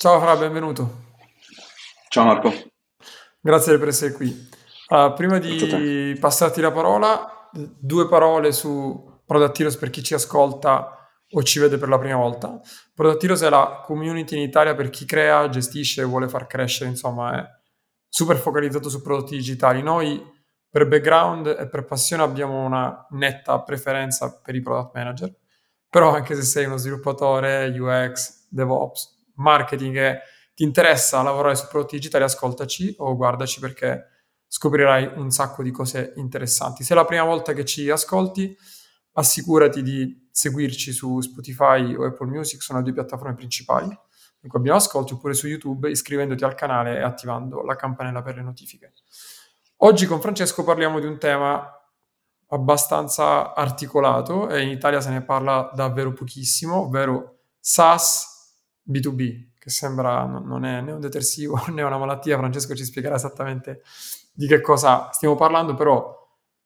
Ciao Fra, benvenuto. Ciao Marco, Grazie per essere qui. Prima grazie a te. di passarti la parola, due parole su Product Heroes per chi ci ascolta o ci vede per la prima volta. Product Heroes è la community in Italia per chi crea, gestisce e vuole far crescere, insomma, è super focalizzato su prodotti digitali. Noi per background e per passione abbiamo una netta preferenza per i product manager, però anche se sei uno sviluppatore, UX, DevOps, marketing e ti interessa lavorare su prodotti digitali, ascoltaci o guardaci perché scoprirai un sacco di cose interessanti. Se è la prima volta che ci ascolti, assicurati di seguirci su Spotify o Apple Music, sono le due piattaforme principali in cui abbiamo ascolti, oppure su YouTube iscrivendoti al canale e attivando la campanella per le notifiche. Oggi con Francesco parliamo di un tema abbastanza articolato e in Italia se ne parla davvero pochissimo, ovvero SaaS B2B, che sembra non è né un detersivo né una malattia. Francesco ci spiegherà esattamente di che cosa stiamo parlando, però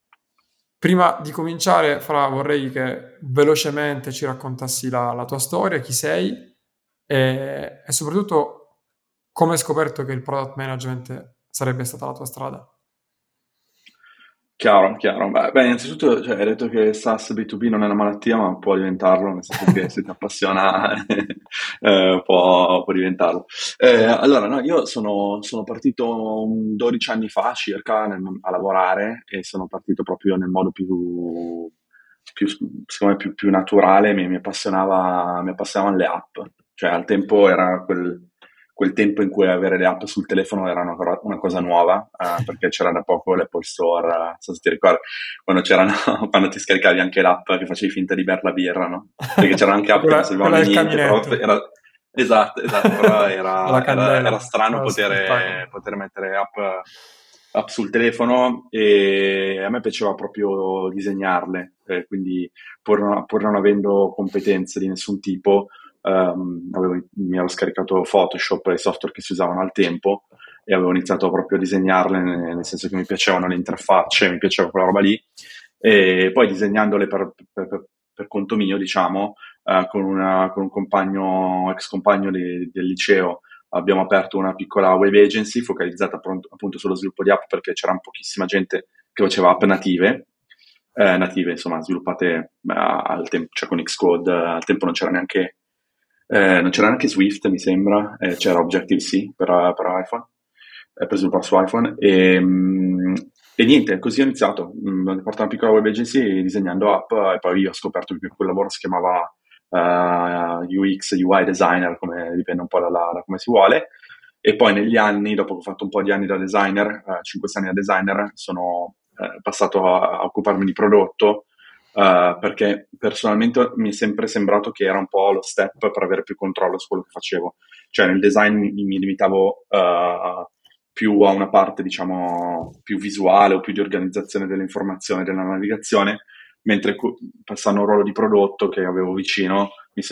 prima di cominciare, Fra, vorrei che velocemente ci raccontassi la tua storia, chi sei e soprattutto come hai scoperto che il product management sarebbe stata la tua strada. Chiaro, chiaro. Beh, innanzitutto, cioè, hai detto che SaaS B2B non è una malattia, ma può diventarlo, nel senso che se ti appassiona può diventarlo. Allora, no, io sono partito 12 anni fa circa a lavorare e sono partito proprio nel modo secondo me più naturale, mi appassionavano le app. Cioè, al tempo era quel tempo in cui avere le app sul telefono era una cosa nuova, perché c'era da poco l'Apple Store, non so se ti ricordi, quando c'erano, quando ti scaricavi anche l'app che facevi finta di bere la birra, no? Perché c'erano anche app che non servivano Quella a del niente, però caminetto, esatto, esatto, però alla era candela, strano era spettacolo. poter mettere app sul telefono e a me piaceva proprio disegnarle, quindi pur non avendo competenze di nessun tipo, mi ero scaricato Photoshop e i software che si usavano al tempo e avevo iniziato proprio a disegnarle, nel senso che mi piacevano le interfacce, mi piaceva quella roba lì, e poi disegnandole per conto mio, diciamo, con un compagno, ex compagno del liceo, abbiamo aperto una piccola web agency focalizzata appunto sullo sviluppo di app perché c'era pochissima gente che faceva app native, insomma, sviluppate al tempo, cioè con Xcode, al tempo non c'era neanche Swift, mi sembra, c'era Objective-C per iPhone, per sviluppare su iPhone, e niente, così ho iniziato. Ho portato una piccola web agency disegnando app e poi ho scoperto che quel lavoro si chiamava UX, UI designer, come dipende un po' da come si vuole. E poi negli anni, dopo che ho fatto un po' di anni da designer, 5 anni da designer, sono passato a occuparmi di prodotto, perché personalmente mi è sempre sembrato che era un po' lo step per avere più controllo su quello che facevo. Cioè nel design mi limitavo più a una parte, diciamo, più visuale o più di organizzazione dell'informazione, della navigazione, mentre passando a un ruolo di prodotto che avevo vicino,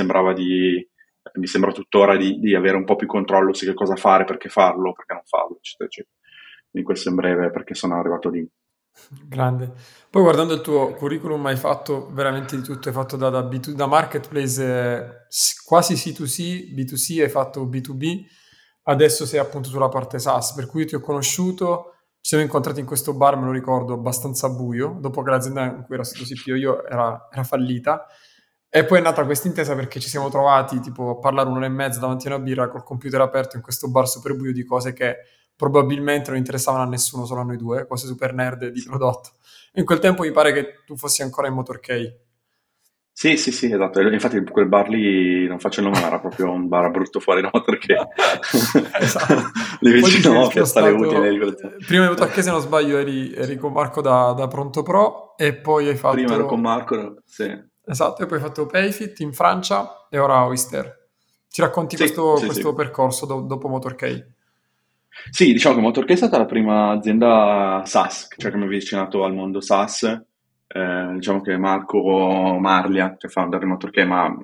mi sembra tuttora di avere un po' più controllo su che cosa fare, perché non farlo, eccetera, eccetera. Quindi questo in breve perché sono arrivato lì. Grande. Poi guardando il tuo curriculum hai fatto veramente di tutto, hai fatto da B2, da marketplace quasi C2C, B2C, hai fatto B2B, adesso sei appunto sulla parte SaaS, per cui io ti ho conosciuto, ci siamo incontrati in questo bar, me lo ricordo, abbastanza buio, dopo che l'azienda in cui ero stato CPO io era fallita, e poi è nata questa intesa perché ci siamo trovati tipo a parlare un'ora e mezza davanti a una birra col computer aperto in questo bar super buio di cose che probabilmente non interessavano a nessuno, solo a noi due, cose super nerd di prodotto. In quel tempo mi pare che tu fossi ancora in Motorkey. Sì, sì, sì, esatto. Infatti quel bar lì, non faccio il nome, ma era proprio un bar brutto fuori da perché Esatto. lì Poi ti sei vicino a Piazzale Udine, spostato, ricordo. prima di Motorkey se non sbaglio eri con Marco da Pronto Pro e poi hai Prima ero con fatto, Marco, sì. esatto, e poi hai fatto Payfit in Francia e ora Oyster. Ci racconti Sì, sì, questo sì. percorso dopo Motorkey? Sì, diciamo che Motorché è stata la prima azienda SaaS, cioè che mi ha avvicinato al mondo SaaS. Diciamo che Marco Marlia, che è founder di Motorché,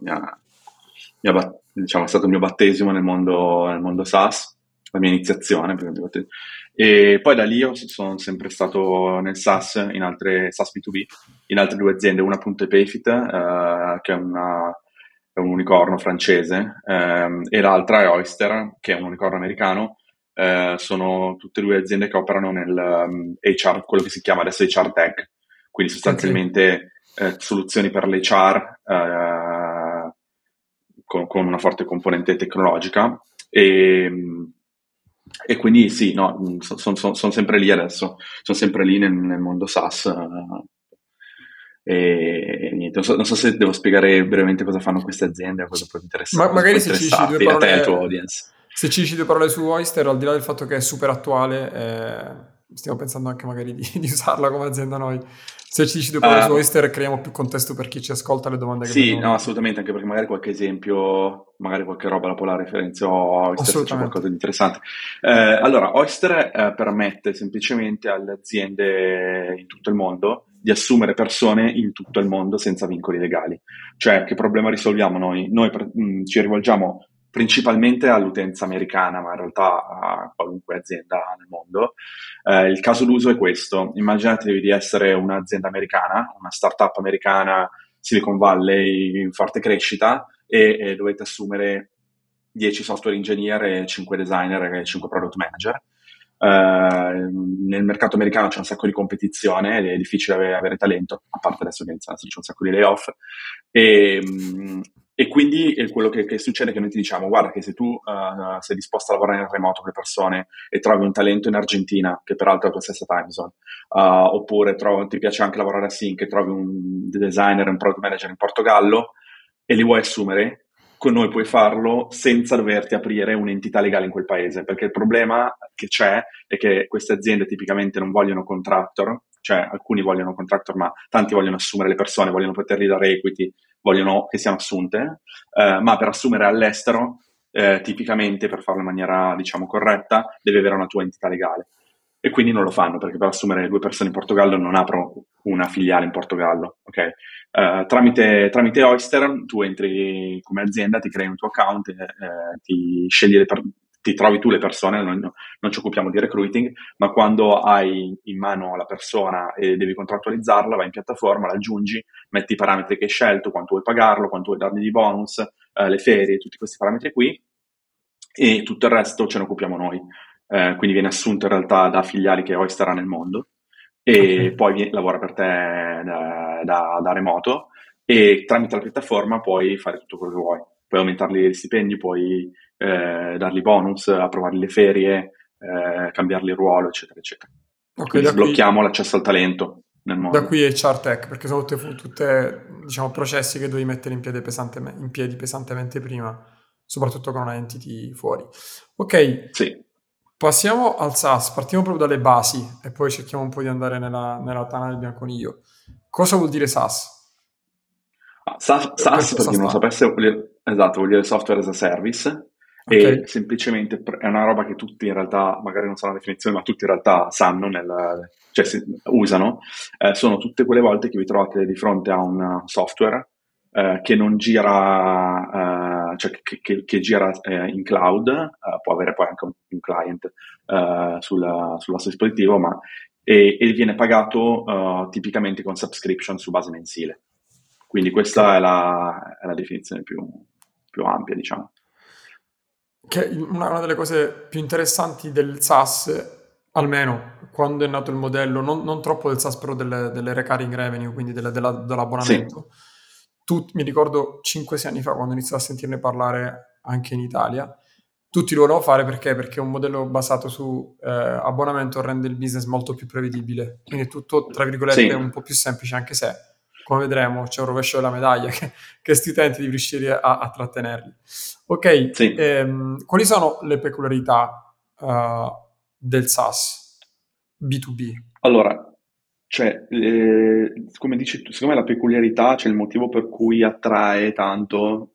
diciamo, è stato il mio battesimo nel mondo SaaS, la mia iniziazione. E poi da lì io sono sempre stato nel SaaS, in altre SaaS B2B, in altre due aziende, una appunto è Payfit, che è è un unicorno francese, e l'altra è Oyster, che è un unicorno americano. Sono tutte e due aziende che operano nel HR, quello che si chiama adesso HR Tech, quindi Ok. sostanzialmente soluzioni per l'HR con una forte componente tecnologica. E quindi sì, no, sono sempre lì adesso, sono sempre lì nel mondo SaaS. E niente, non so se devo spiegare brevemente cosa fanno queste aziende o cosa può Magari se ci dici due interessarti a te e al tuo parole, audience. se ci dici due parole su Oyster, al di là del fatto che è super attuale, stiamo pensando anche magari di usarla come azienda noi. Se ci dici due parole su Uh, Oyster, creiamo più contesto per chi ci ascolta le domande che Sì, vengono no, dopo. assolutamente, anche perché magari qualche esempio, magari qualche roba la può la referenzio a Oyster se c'è Assolutamente. qualcosa di interessante. Allora, Oyster permette semplicemente alle aziende in tutto il mondo di assumere persone in tutto il mondo senza vincoli legali. Cioè, che problema risolviamo noi? Ci rivolgiamo principalmente all'utenza americana, ma in realtà a qualunque azienda nel mondo. Il caso d'uso è questo. Immaginatevi di essere un'azienda americana, una startup americana Silicon Valley in forte crescita e dovete assumere 10 software engineer e 5 designer e 5 product manager. Nel mercato americano c'è un sacco di competizione ed è difficile avere talento, a parte adesso che c'è un sacco di layoff. E, e quindi quello che succede è che noi ti diciamo: guarda, che se tu sei disposto a lavorare in remoto con le persone e trovi un talento in Argentina, che peraltro è la tua stessa time zone, oppure ti piace anche lavorare a Sync e trovi un designer e un product manager in Portogallo e li vuoi assumere, con noi puoi farlo senza doverti aprire un'entità legale in quel paese, perché il problema che c'è è che queste aziende tipicamente non vogliono contractor, cioè alcuni vogliono contractor, ma tanti vogliono assumere le persone, vogliono potergli dare equity, vogliono che siano assunte, ma per assumere all'estero, tipicamente per farlo in maniera, diciamo, corretta, devi avere una tua entità legale. E quindi non lo fanno, perché per assumere 2 persone in Portogallo non aprono una filiale in Portogallo, ok? Tramite Oyster tu entri come azienda, ti crei un tuo account, ti scegli ti trovi tu le persone, non ci occupiamo di recruiting, ma quando hai in mano la persona e devi contrattualizzarla, vai in piattaforma, la aggiungi, metti i parametri che hai scelto, quanto vuoi pagarlo, quanto vuoi dargli di bonus, le ferie, tutti questi parametri qui, e tutto il resto ce ne occupiamo noi. Quindi viene assunto in realtà da filiali che Oyster ha nel mondo Ok. e poi lavora per te da remoto e tramite la piattaforma puoi fare tutto quello che vuoi. Puoi aumentargli gli stipendi, puoi dargli bonus, approvargli le ferie, cambiargli il ruolo, eccetera, eccetera. Ok, Quindi sblocchiamo l'accesso al talento nel da mondo. qui HR Tech, perché sono tutte, diciamo, processi che devi mettere in piedi pesantemente prima, soprattutto con una entity fuori. Ok, Sì. passiamo al SaaS, partiamo proprio dalle basi e poi cerchiamo un po' di andare nella tana del bianconiglio. Cosa vuol dire SaaS? Per SaaS, per cosa chi non lo sta? sapesse, esatto, vuol dire Software as a Service Ok, e semplicemente è una roba che tutti in realtà, magari non sanno la definizione, ma tutti in realtà sanno, cioè usano. Sono tutte quelle volte che vi trovate di fronte a un software che non gira, cioè che gira in cloud, può avere poi anche un client sul vostro dispositivo, e viene pagato tipicamente con subscription su base mensile. Quindi ok. questa è la definizione più ampia, diciamo. Che una delle cose più interessanti del SaaS, almeno quando è nato il modello, non troppo del SaaS, però delle recurring revenue, quindi Sì, dell'abbonamento. Mi ricordo 5-6 anni fa, quando iniziavo a sentirne parlare anche in Italia, tutti lo volevano fare perché un modello basato su abbonamento rende il business molto più prevedibile, quindi è tutto, tra virgolette, un sì, po' più semplice, anche se, come vedremo, c'è un rovescio della medaglia che sti utenti devi riuscire a trattenerli. Ok, sì. quali sono le peculiarità del SaaS B2B? Allora, cioè, come dici tu, secondo me la peculiarità, c'è il motivo per cui attrae tanto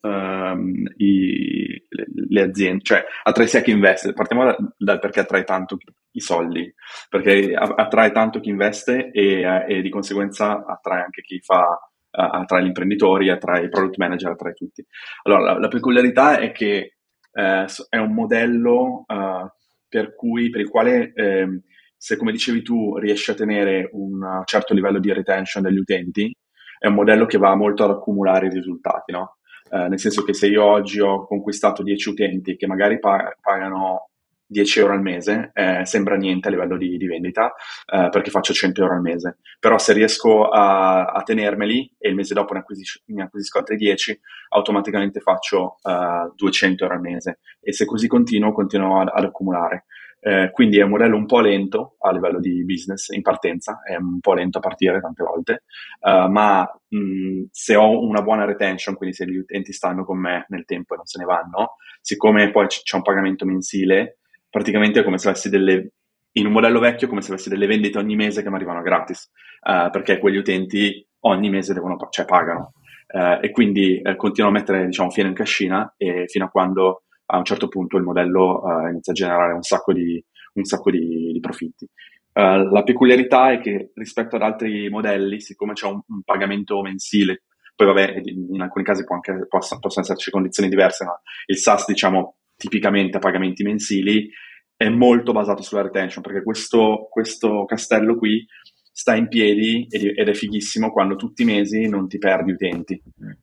le aziende, cioè attrae sia chi investe. Partiamo dal perché attrae tanto i soldi, perché attrae tanto chi investe e di conseguenza attrae anche chi attrae gli imprenditori, attrae i product manager, attrae tutti. Allora, la peculiarità è che è un modello per il quale se, come dicevi tu, riesci a tenere un certo livello di retention degli utenti, è un modello che va molto ad accumulare i risultati, no? nel senso che se io oggi ho conquistato 10 utenti che magari pagano 10 euro al mese, sembra niente a livello di vendita, perché faccio 100 euro al mese. Però se riesco a tenermeli e il mese dopo ne acquisisco altri 10, automaticamente faccio 200 euro al mese. E se così continuo ad accumulare. Quindi è un modello un po' lento a livello di business in partenza, è un po' lento a partire tante volte, ma se ho una buona retention, quindi se gli utenti stanno con me nel tempo e non se ne vanno, siccome poi c'è un pagamento mensile, praticamente è come se avessi in un modello vecchio, è come se avessi delle vendite ogni mese che mi arrivano gratis, perché quegli utenti ogni mese cioè pagano. E quindi continuo a mettere, diciamo, fieno in cascina e fino a quando a un certo punto il modello inizia a generare un sacco di profitti. La peculiarità è che rispetto ad altri modelli, siccome c'è un pagamento mensile, poi vabbè, in alcuni casi possono esserci condizioni diverse, ma il SaaS, diciamo, tipicamente a pagamenti mensili, è molto basato sulla retention, perché questo castello qui sta in piedi ed è fighissimo quando tutti i mesi non ti perdi utenti.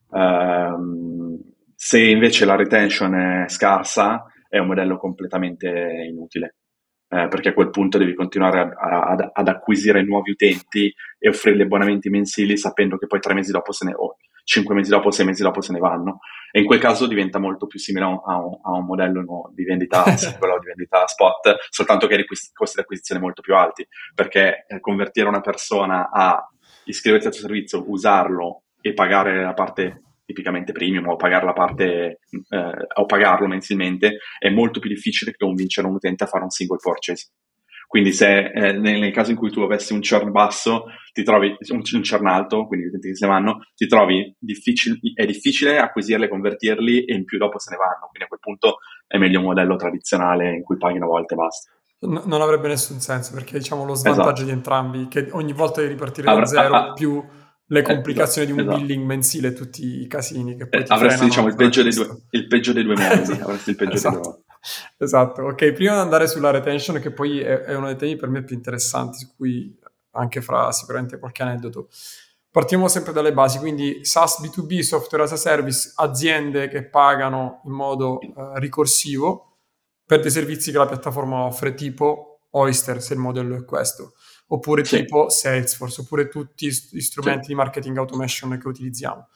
Se invece la retention è scarsa, è un modello completamente inutile, perché a quel punto devi continuare ad acquisire nuovi utenti e offrirgli abbonamenti mensili sapendo che poi 3 mesi dopo o 5 mesi dopo, 6 mesi dopo se ne vanno. E in quel caso diventa molto più simile a un modello di vendita singola o di vendita spot, soltanto che hai costi di acquisizione molto più alti, perché convertire una persona a iscriversi al tuo servizio, usarlo e pagare la parte tipicamente premium o pagare la parte o pagarlo mensilmente è molto più difficile che convincere un utente a fare un single purchase. Quindi se nel caso in cui tu avessi un churn basso, ti trovi un churn alto, quindi gli utenti che se ne vanno, ti trovi è difficile acquisirli, convertirli e in più dopo se ne vanno. Quindi a quel punto è meglio un modello tradizionale in cui paghi una volta e basta. Non avrebbe nessun senso, perché diciamo lo svantaggio Esatto. di entrambi, che ogni volta devi ripartire da zero, più le complicazioni di un Esatto. billing mensile e tutti i casini che poi ti Avresti, frenano diciamo, a fare acquisto. il peggio dei due mondi. Avresti il peggio dei due Esatto. mondi. Esatto. Ok, prima di andare sulla retention, che poi è uno dei temi per me più interessanti, su cui anche fra sicuramente qualche aneddoto. Partiamo sempre dalle basi, quindi SaaS B2B, software as a service, aziende che pagano in modo ricorsivo per dei servizi che la piattaforma offre, tipo Oyster, se il modello è questo, oppure Sì, tipo Salesforce, oppure tutti gli sì, strumenti di marketing automation che utilizziamo.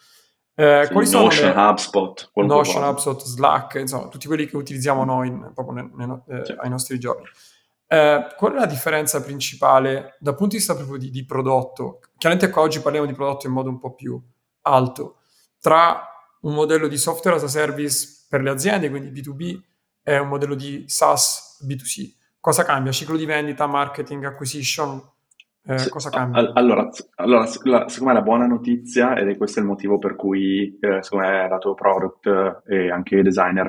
sì, Quali sono Notion, le HubSpot, qualunque Notion, cosa. HubSpot, Slack, insomma, tutti quelli che utilizziamo noi proprio Sì. ai nostri giorni? Qual è la differenza principale dal punto di vista proprio di prodotto? Chiaramente qua oggi parliamo di prodotto in modo un po' più alto, tra un modello di software as a service per le aziende, quindi B2B, e un modello di SaaS B2C. Cosa cambia? Ciclo di vendita, marketing, acquisition? Cosa cambia? Secondo me la buona notizia, ed è questo il motivo per cui secondo me lato product e anche designer,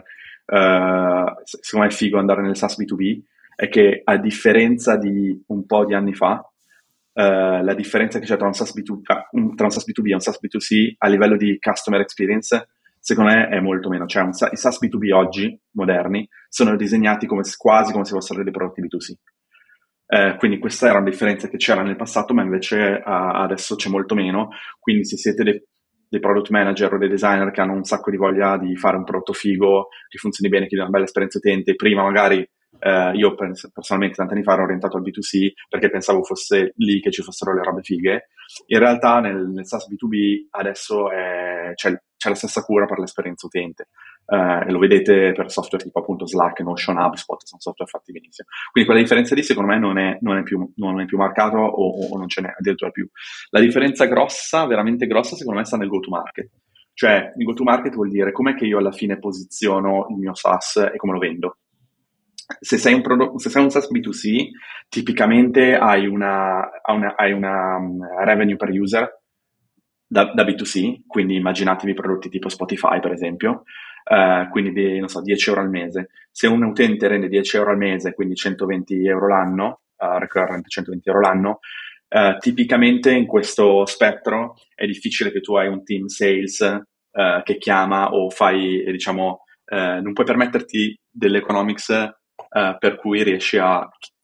secondo me è figo andare nel SaaS B2B, è che a differenza di un po' di anni fa, la differenza che c'è tra un SaaS B2B, tra un SaaS B2B e un SaaS B2C a livello di customer experience, secondo me è molto meno. Cioè i SaaS B2B oggi, moderni, sono disegnati quasi come se fossero dei prodotti B2C. Quindi questa era una differenza che c'era nel passato, ma invece adesso c'è molto meno. Quindi se siete dei product manager o dei designer che hanno un sacco di voglia di fare un prodotto figo, che funzioni bene, che dia una bella esperienza utente, prima magari io personalmente tanti anni fa ero orientato al B2C perché pensavo fosse lì che ci fossero le robe fighe. In realtà nel SaaS B2B adesso c'è la stessa cura per l'esperienza utente. E lo vedete per software tipo appunto Slack, Notion, HubSpot, sono software fatti benissimo. Quindi quella differenza lì secondo me non è più marcato o non ce n'è addirittura più. La differenza grossa, veramente grossa, secondo me sta nel go-to-market. Cioè, il go-to-market vuol dire com'è che io alla fine posiziono il mio SaaS e come lo vendo. Se sei un SaaS B2C, tipicamente hai una revenue per user da B2C, quindi immaginatevi prodotti tipo Spotify, per esempio, quindi non so, 10 euro al mese. Se un utente rende 10 euro al mese, quindi 120 euro l'anno, recurrent 120 euro l'anno, tipicamente in questo spettro è difficile che tu hai un team sales che chiama o fai, diciamo, non puoi permetterti delle economics per cui riesci a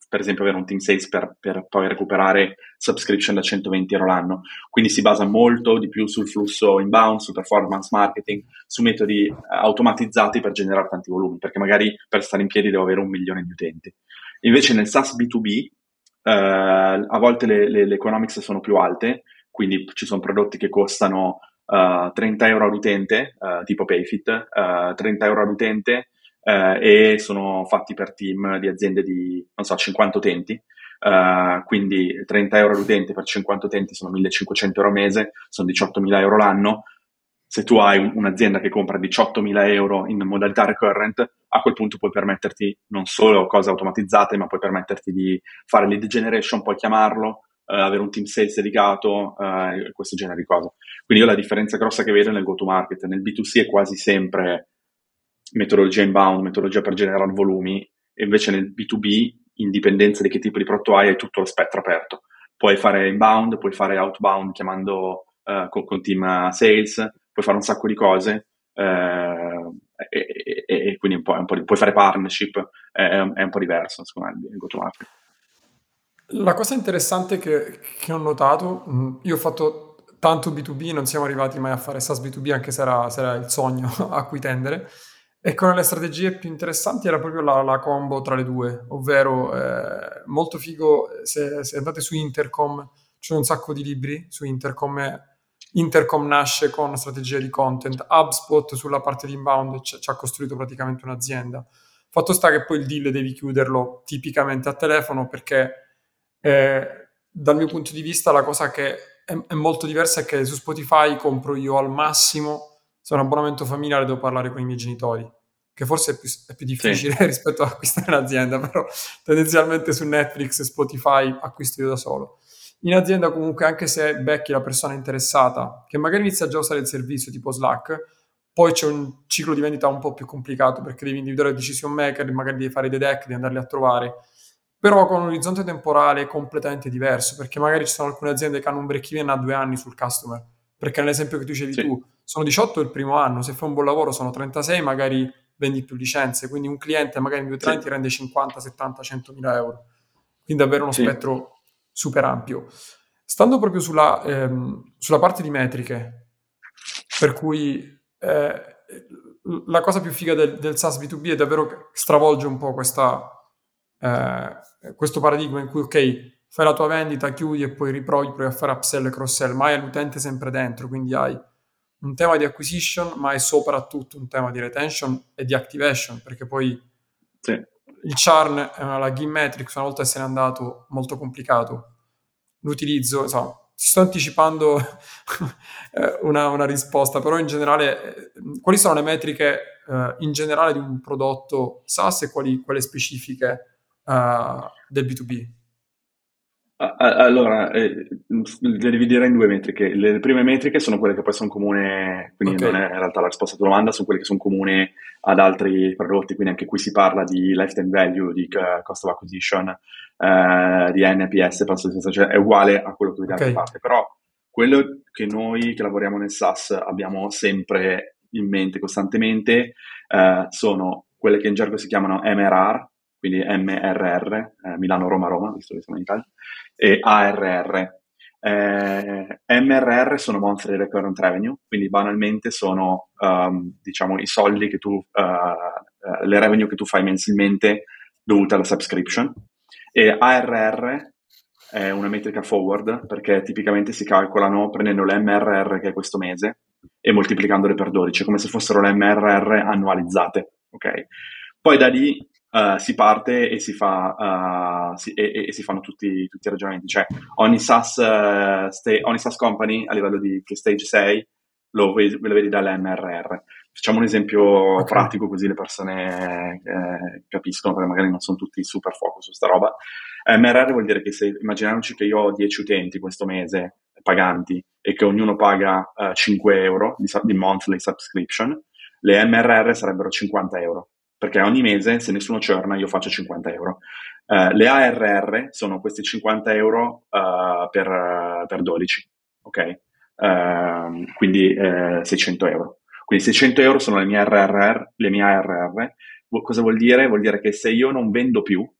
per esempio avere un team sales per poi recuperare subscription da 120 € l'anno. Quindi si basa molto di più sul flusso inbound, su performance marketing, su metodi automatizzati per generare tanti volumi, perché magari per stare in piedi devo avere 1 milione di utenti. Invece nel SaaS B2B a volte le economics sono più alte, quindi ci sono prodotti che costano 30 € all'utente, tipo Payfit, 30 € all'utente, e sono fatti per team di aziende di, non so, 50 utenti. Quindi 30 € all'utente per 50 utenti sono 1.500 € al mese, sono 18.000 € l'anno. Se tu hai un'azienda che compra 18.000 € in modalità recurrent, a quel punto puoi permetterti non solo cose automatizzate, ma puoi permetterti di fare lead generation, puoi chiamarlo, avere un team sales dedicato, questo genere di cose. Quindi io la differenza grossa che vedo nel go-to-market, nel B2C è quasi sempre metodologia inbound, metodologia per generare volumi, e invece nel B2B, in dipendenza di che tipo di prodotto hai tutto lo spettro aperto. Puoi fare inbound, puoi fare outbound chiamando con team sales, puoi fare un sacco di cose, e quindi puoi fare partnership, è un po' diverso, secondo me, il go-to-market. La cosa interessante che ho notato, io ho fatto tanto B2B, non siamo arrivati mai a fare SaaS B2B, anche se era il sogno a cui tendere, e con le strategie più interessanti era proprio la combo tra le due, ovvero molto figo, se andate su Intercom, ci sono un sacco di libri su Intercom, Intercom nasce con strategie di content, HubSpot sulla parte di inbound ci ha costruito praticamente un'azienda. Fatto sta che poi il deal devi chiuderlo tipicamente a telefono perché dal mio punto di vista la cosa che è molto diversa è che su Spotify compro io al massimo, se è un abbonamento familiare devo parlare con i miei genitori, che forse è più Sì, difficile rispetto ad acquistare un'azienda, però tendenzialmente su Netflix e Spotify acquisto io da solo. In azienda comunque, anche se becchi la persona interessata, che magari inizia già a usare il servizio tipo Slack, poi c'è un ciclo di vendita un po' più complicato perché devi individuare il decision maker, magari devi fare dei deck, devi andarli a trovare, però con un orizzonte temporale completamente diverso, perché magari ci sono alcune aziende che hanno un break-even a 2 anni sul customer, perché nell'esempio che tu dicevi sì, tu, sono 18 il primo anno, se fai un buon lavoro sono 36, magari vendi più licenze, quindi un cliente magari in 2 o 3 anni sì, ti rende 50, 70, 100 mila euro, quindi davvero uno sì. spettro super ampio. Stando proprio sulla parte di metriche, per cui la cosa più figa del SaaS B2B è davvero che stravolge un po' questo paradigma in cui, ok, fai la tua vendita, chiudi e poi provi a fare upsell e cross-sell, ma hai l'utente sempre dentro, quindi hai un tema di acquisition, ma è soprattutto un tema di retention e di activation, perché poi Sì. il churn è una login metrics, una volta che se n'è andato, molto complicato. L'utilizzo, insomma, ti sto anticipando una risposta, però in generale, quali sono le metriche in generale di un prodotto SaaS e quelle specifiche del B2B? Allora, le dividerei in due metriche. Le prime metriche sono quelle che poi sono comuni, quindi Ok, non è in realtà la risposta alla tua domanda, sono quelle che sono comuni ad altri prodotti, quindi anche qui si parla di lifetime value, di cost of acquisition, di NPS, cioè è uguale a quello che vedi da ok, altre parti, però quello che noi che lavoriamo nel SaaS abbiamo sempre in mente costantemente sono quelle che in gergo si chiamano MRR, quindi MRR, Milano, Roma, Roma, visto che siamo in Italia, e ARR. MRR sono monthly recurrent revenue, quindi banalmente sono diciamo i soldi che tu, le revenue che tu fai mensilmente dovute alla subscription, e ARR è una metrica forward perché tipicamente si calcolano prendendo le MRR che è questo mese e moltiplicandole per 12, come se fossero le MRR annualizzate, ok? Poi da lì si parte e si fa, e si fanno tutti i ragionamenti, cioè ogni ogni SaaS company a livello di che stage sei lo vedi dall'MRR. Facciamo un esempio ok, pratico così le persone capiscono, perché magari non sono tutti super focus su sta roba. MRR vuol dire che se immaginiamoci che io ho 10 utenti questo mese paganti e che ognuno paga 5 euro di monthly subscription, le MRR sarebbero 50 euro, perché ogni mese se nessuno churna io faccio 50 euro. Le ARR sono questi 50 euro per 12, ok? Quindi 600 euro. Quindi 600 euro sono le mie ARR. Cosa vuol dire? Vuol dire che se io non vendo più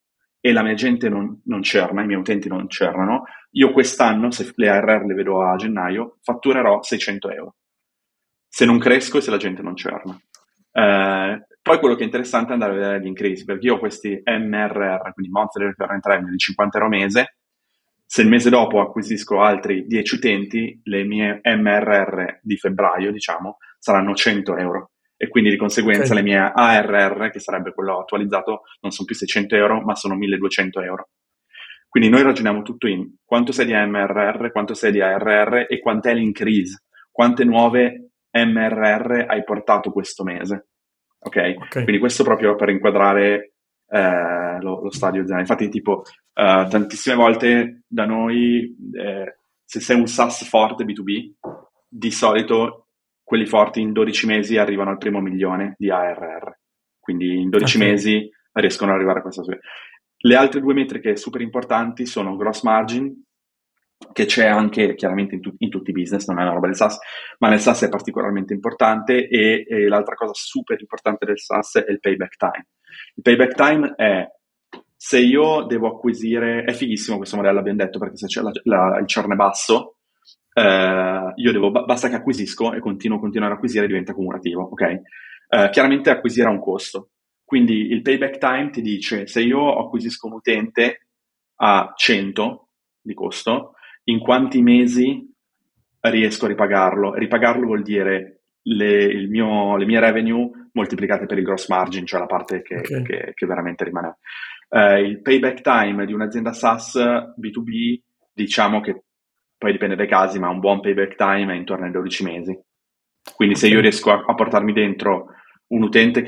e la mia gente non churna, i miei utenti non churnano, io quest'anno, se le ARR le vedo a gennaio, fatturerò 600 euro. Se non cresco e se la gente non churna. Poi quello che è interessante è andare a vedere gli increase, perché io ho questi MRR, quindi Monthly Recurrent Revenue di 50 euro mese. Se il mese dopo acquisisco altri 10 utenti, le mie MRR di febbraio, diciamo, saranno 100 euro. E quindi di conseguenza le Ok, mie ARR, che sarebbe quello attualizzato, non sono più 600 euro, ma sono 1200 euro. Quindi noi ragioniamo tutto in quanto sei di MRR, quanto sei di ARR e quant'è l'increase, quante nuove MRR hai portato questo mese. ok, Ok? Quindi questo proprio per inquadrare lo stadio aziendale. Infatti, tipo, tantissime volte da noi, se sei un SaaS forte B2B, di solito quelli forti in 12 mesi arrivano al primo milione di ARR. Quindi in 12 ok, mesi riescono ad arrivare a questa soglia. Le altre due metriche super importanti sono gross margin, che c'è anche chiaramente in tutti i business, non è una roba del SaaS, ma nel SaaS è particolarmente importante e l'altra cosa super importante del SaaS è il payback time. Il payback time è se io devo acquisire, è fighissimo questo modello, abbiamo detto, perché se c'è il churn è basso, basta che acquisisco e continuare ad acquisire, diventa cumulativo, ok? Chiaramente acquisire ha un costo, quindi il payback time ti dice se io acquisisco un utente a 100 di costo, in quanti mesi riesco a ripagarlo? Ripagarlo vuol dire le mie revenue moltiplicate per il gross margin, cioè la parte ok, che veramente rimane. Il payback time di un'azienda SaaS B2B, diciamo che poi dipende dai casi, ma un buon payback time è intorno ai 12 mesi. Quindi se ok. io riesco a portarmi dentro un utente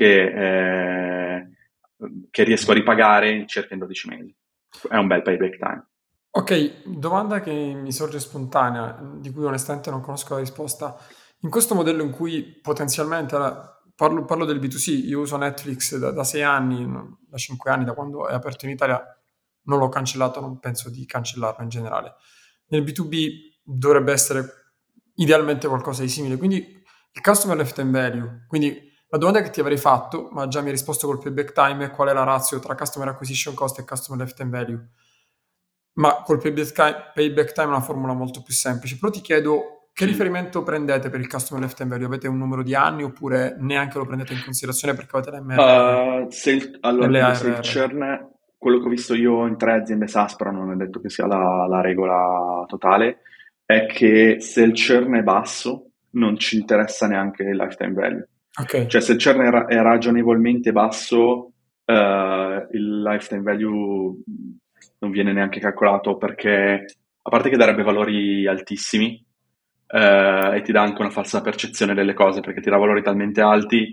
che riesco a ripagare circa in 12 mesi, è un bel payback time. Ok, domanda che mi sorge spontanea, di cui onestamente non conosco la risposta. In questo modello in cui potenzialmente, parlo del B2C, io uso Netflix da 6 anni, da 5 anni, da quando è aperto in Italia, non l'ho cancellato, non penso di cancellarlo in generale. Nel B2B dovrebbe essere idealmente qualcosa di simile, quindi il customer lifetime value, quindi la domanda che ti avrei fatto, ma già mi hai risposto col payback time, è qual è la ratio tra customer acquisition cost e customer lifetime value. Ma col payback time è una formula molto più semplice. Però ti chiedo che Sì. riferimento prendete per il customer lifetime value? Avete un numero di anni oppure neanche lo prendete in considerazione perché avete l'MRR Allora e ti le dico, se il ARR? churn, quello che ho visto io in 3 aziende SaaS, però non è detto che sia la regola totale, è che se il churn è basso non ci interessa neanche il lifetime value. Ok, Cioè se il churn è ragionevolmente basso, il lifetime value non viene neanche calcolato perché, a parte che darebbe valori altissimi, e ti dà anche una falsa percezione delle cose perché ti dà valori talmente alti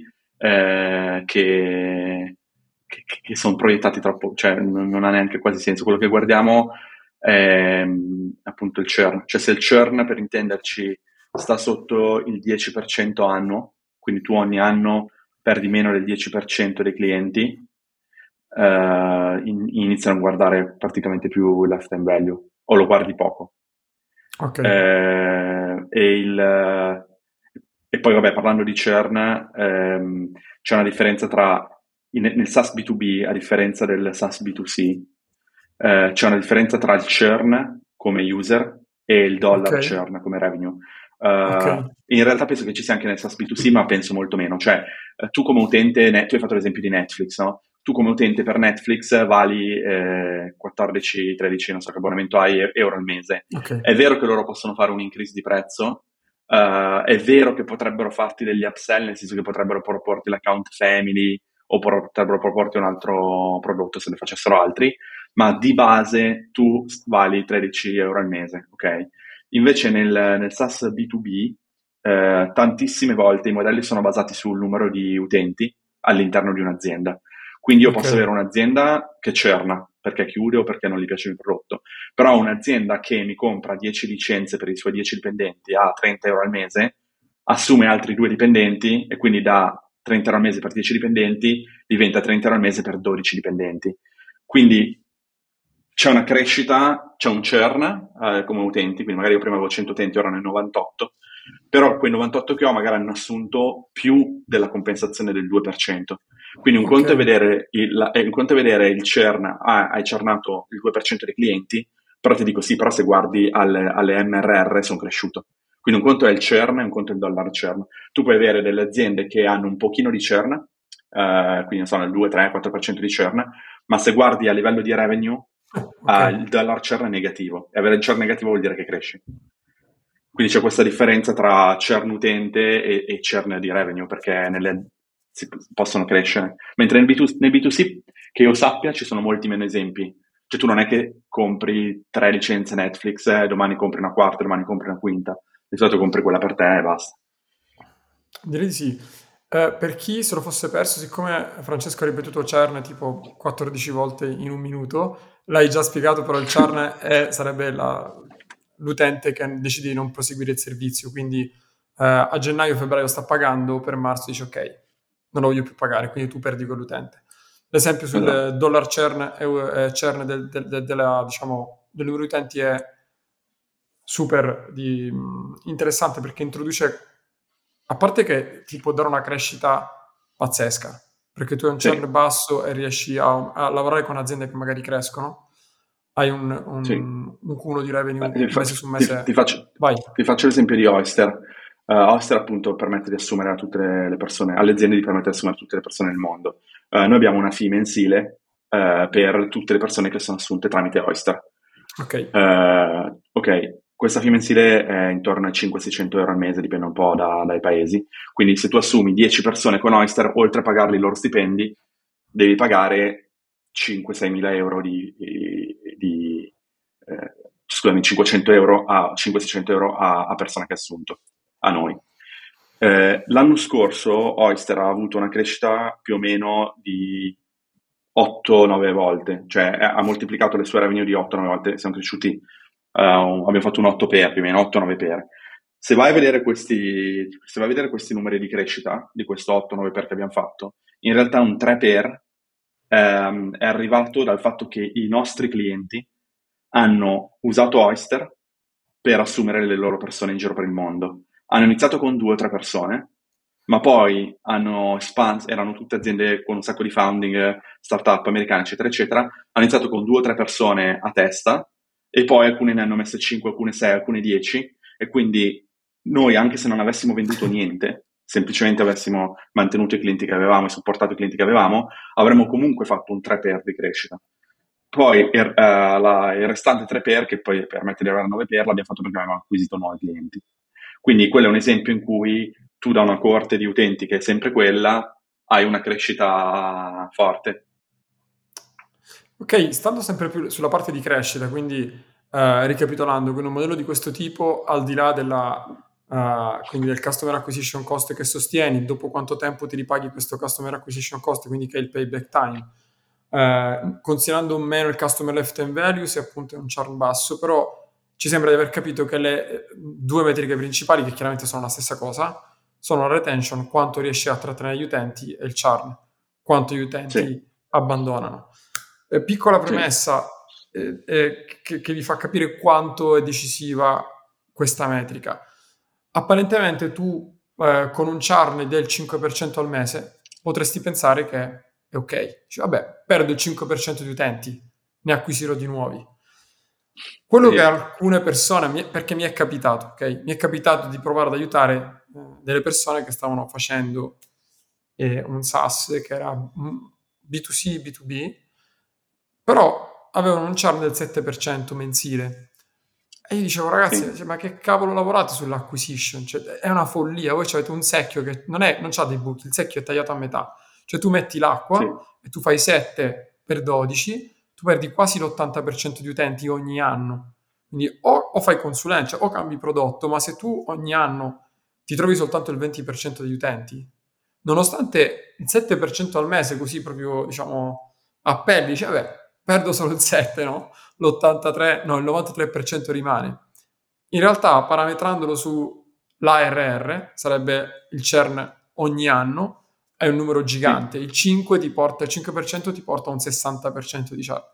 che sono proiettati troppo, cioè non ha neanche quasi senso. Quello che guardiamo è appunto il churn, cioè se il churn, per intenderci, sta sotto il 10% annuo, quindi tu ogni anno perdi meno del 10% dei clienti, iniziano a guardare praticamente più il lifetime value o lo guardi poco. ok, Eh, e, il, e poi, vabbè, parlando di churn, c'è una differenza nel SaaS B2B, a differenza del SaaS B2C, c'è una differenza tra il churn come user e il ok, dollar churn come revenue. ok, In realtà penso che ci sia anche nel SaaS B2C, ma penso molto meno. Cioè, tu come utente, tu hai fatto l'esempio di Netflix, no? Tu come utente per Netflix vali 14, 13, non so che abbonamento hai, euro al mese. ok, È vero che loro possono fare un increase di prezzo, è vero che potrebbero farti degli upsell, nel senso che potrebbero proporti l'account family o potrebbero proporti un altro prodotto se ne facessero altri, ma di base tu vali 13 euro al mese, ok? Invece nel SaaS B2B tantissime volte i modelli sono basati sul numero di utenti all'interno di un'azienda. Quindi io ok, posso avere un'azienda che churna perché chiude o perché non gli piace il prodotto, però un'azienda che mi compra 10 licenze per i suoi 10 dipendenti a 30 euro al mese, assume altri 2 dipendenti e quindi da 30 euro al mese per 10 dipendenti diventa 30 euro al mese per 12 dipendenti. Quindi c'è una crescita, c'è un churn come utenti, quindi magari io prima avevo 100 utenti, ora ne ho 98, però quei 98 che ho magari hanno assunto più della compensazione del 2%. Quindi un Ok, conto è vedere un conto è vedere il churn, hai churnato il 2% dei clienti, però ti dico sì, però se guardi alle MRR sono cresciuto. Quindi un conto è il churn e un conto è il dollar churn. Tu puoi avere delle aziende che hanno un pochino di churn, quindi non so, nel 2, 3, 4% di churn, ma se guardi a livello di revenue, ok. il dollar churn è negativo. E avere il churn negativo vuol dire che cresci. Quindi c'è questa differenza tra churn utente e churn di revenue, perché possono crescere. Mentre nel B2C, che io sappia, ci sono molti meno esempi. Cioè tu non è che compri 3 licenze Netflix, domani compri una quarta, domani compri una quinta. Di solito compri quella per te e basta. Direi di sì. Per chi se lo fosse perso, siccome Francesco ha ripetuto CERN tipo 14 volte in un minuto, l'hai già spiegato, però il CERN sarebbe l'utente che decide di non proseguire il servizio, quindi a gennaio-febbraio sta pagando, per marzo dice ok, non lo voglio più pagare, quindi tu perdi quell'utente. L'esempio Esatto. sul dollar churn, churn diciamo, del numero di utenti è super interessante perché introduce, a parte che ti può dare una crescita pazzesca, perché tu hai un churn Sì, basso e riesci a lavorare con aziende che magari crescono, hai sì. un cumulo di revenue Ti, fa- mese su mese. ti- Vai. ti faccio l'esempio di Oyster. Oyster appunto permette di assumere a tutte le persone, alle aziende di permettere di assumere a tutte le persone nel mondo. Noi abbiamo una fee mensile per tutte le persone che sono assunte tramite Oyster. Ok. Ok, questa fee mensile è intorno ai 500-600 euro al mese, dipende un po' dai paesi. Quindi se tu assumi 10 persone con Oyster, oltre a pagarli i loro stipendi, devi pagare 5-6 mila euro scusami, 500 euro a 500-600 euro a persona che ha assunto, a noi. L'anno scorso Oyster ha avuto una crescita più o meno di 8-9 volte, cioè ha moltiplicato le sue revenue di 8-9 volte, siamo cresciuti, abbiamo fatto un 8 per, più o meno 8-9 per. Se vai a vedere questi numeri di crescita, di questo 8-9 per che abbiamo fatto, in realtà un 3 per è arrivato dal fatto che i nostri clienti hanno usato Oyster per assumere le loro persone in giro per il mondo. Hanno iniziato con 2 o 3 persone, ma poi hanno espanso, erano tutte aziende con un sacco di founding, startup americane, eccetera, eccetera. Hanno iniziato con 2 o 3 persone a testa e poi alcune ne hanno messe 5, alcune 6, alcune 10 e quindi noi, anche se non avessimo venduto niente, semplicemente avessimo mantenuto i clienti che avevamo e supportato i clienti che avevamo, avremmo comunque fatto un 3 per di crescita. Poi il restante 3 per, che poi permette di avere 9 per, l'abbiamo fatto perché avevamo acquisito nuovi clienti. Quindi quello è un esempio in cui tu da una coorte di utenti che è sempre quella, hai una crescita forte. Ok, stando sempre più sulla parte di crescita, quindi ricapitolando, con un modello di questo tipo, al di là quindi del customer acquisition cost che sostieni, dopo quanto tempo ti ripaghi questo customer acquisition cost, quindi che è il payback time, considerando meno il customer lifetime value, se appunto è un churn basso, però ci sembra di aver capito che le due metriche principali, che chiaramente sono la stessa cosa, sono la retention, quanto riesci a trattenere gli utenti, e il churn, quanto gli Sì, utenti abbandonano. Piccola sì, premessa che vi fa capire quanto è decisiva questa metrica. Apparentemente tu con un churn del 5% al mese potresti pensare che è ok. Dici, vabbè, perdo il 5% di utenti, ne acquisirò di nuovi. Quello che sì, alcune persone, perché mi è capitato, ok? Mi è capitato di provare ad aiutare delle persone che stavano facendo un SaaS che era B2C, B2B, però avevano un churn del 7% mensile. E io dicevo, ragazzi, sì, cioè, ma che cavolo lavorate sull'acquisition? Cioè, è una follia. Voi avete un secchio che non c'ha dei buchi, il secchio è tagliato a metà. Cioè, tu metti sì, l'acqua e tu fai 7 per 12, tu perdi quasi l'80% di utenti ogni anno. Quindi o fai consulenza o cambi prodotto, ma se tu ogni anno ti trovi soltanto il 20% degli utenti, nonostante il 7% al mese, così proprio, diciamo, a pelle, dice, vabbè, perdo solo il 7, no? L'83, no, il 93% rimane. In realtà, parametrandolo sull'ARR, sarebbe il churn ogni anno, è un numero sì, gigante. Il 5% ti porta a un 60% di churn.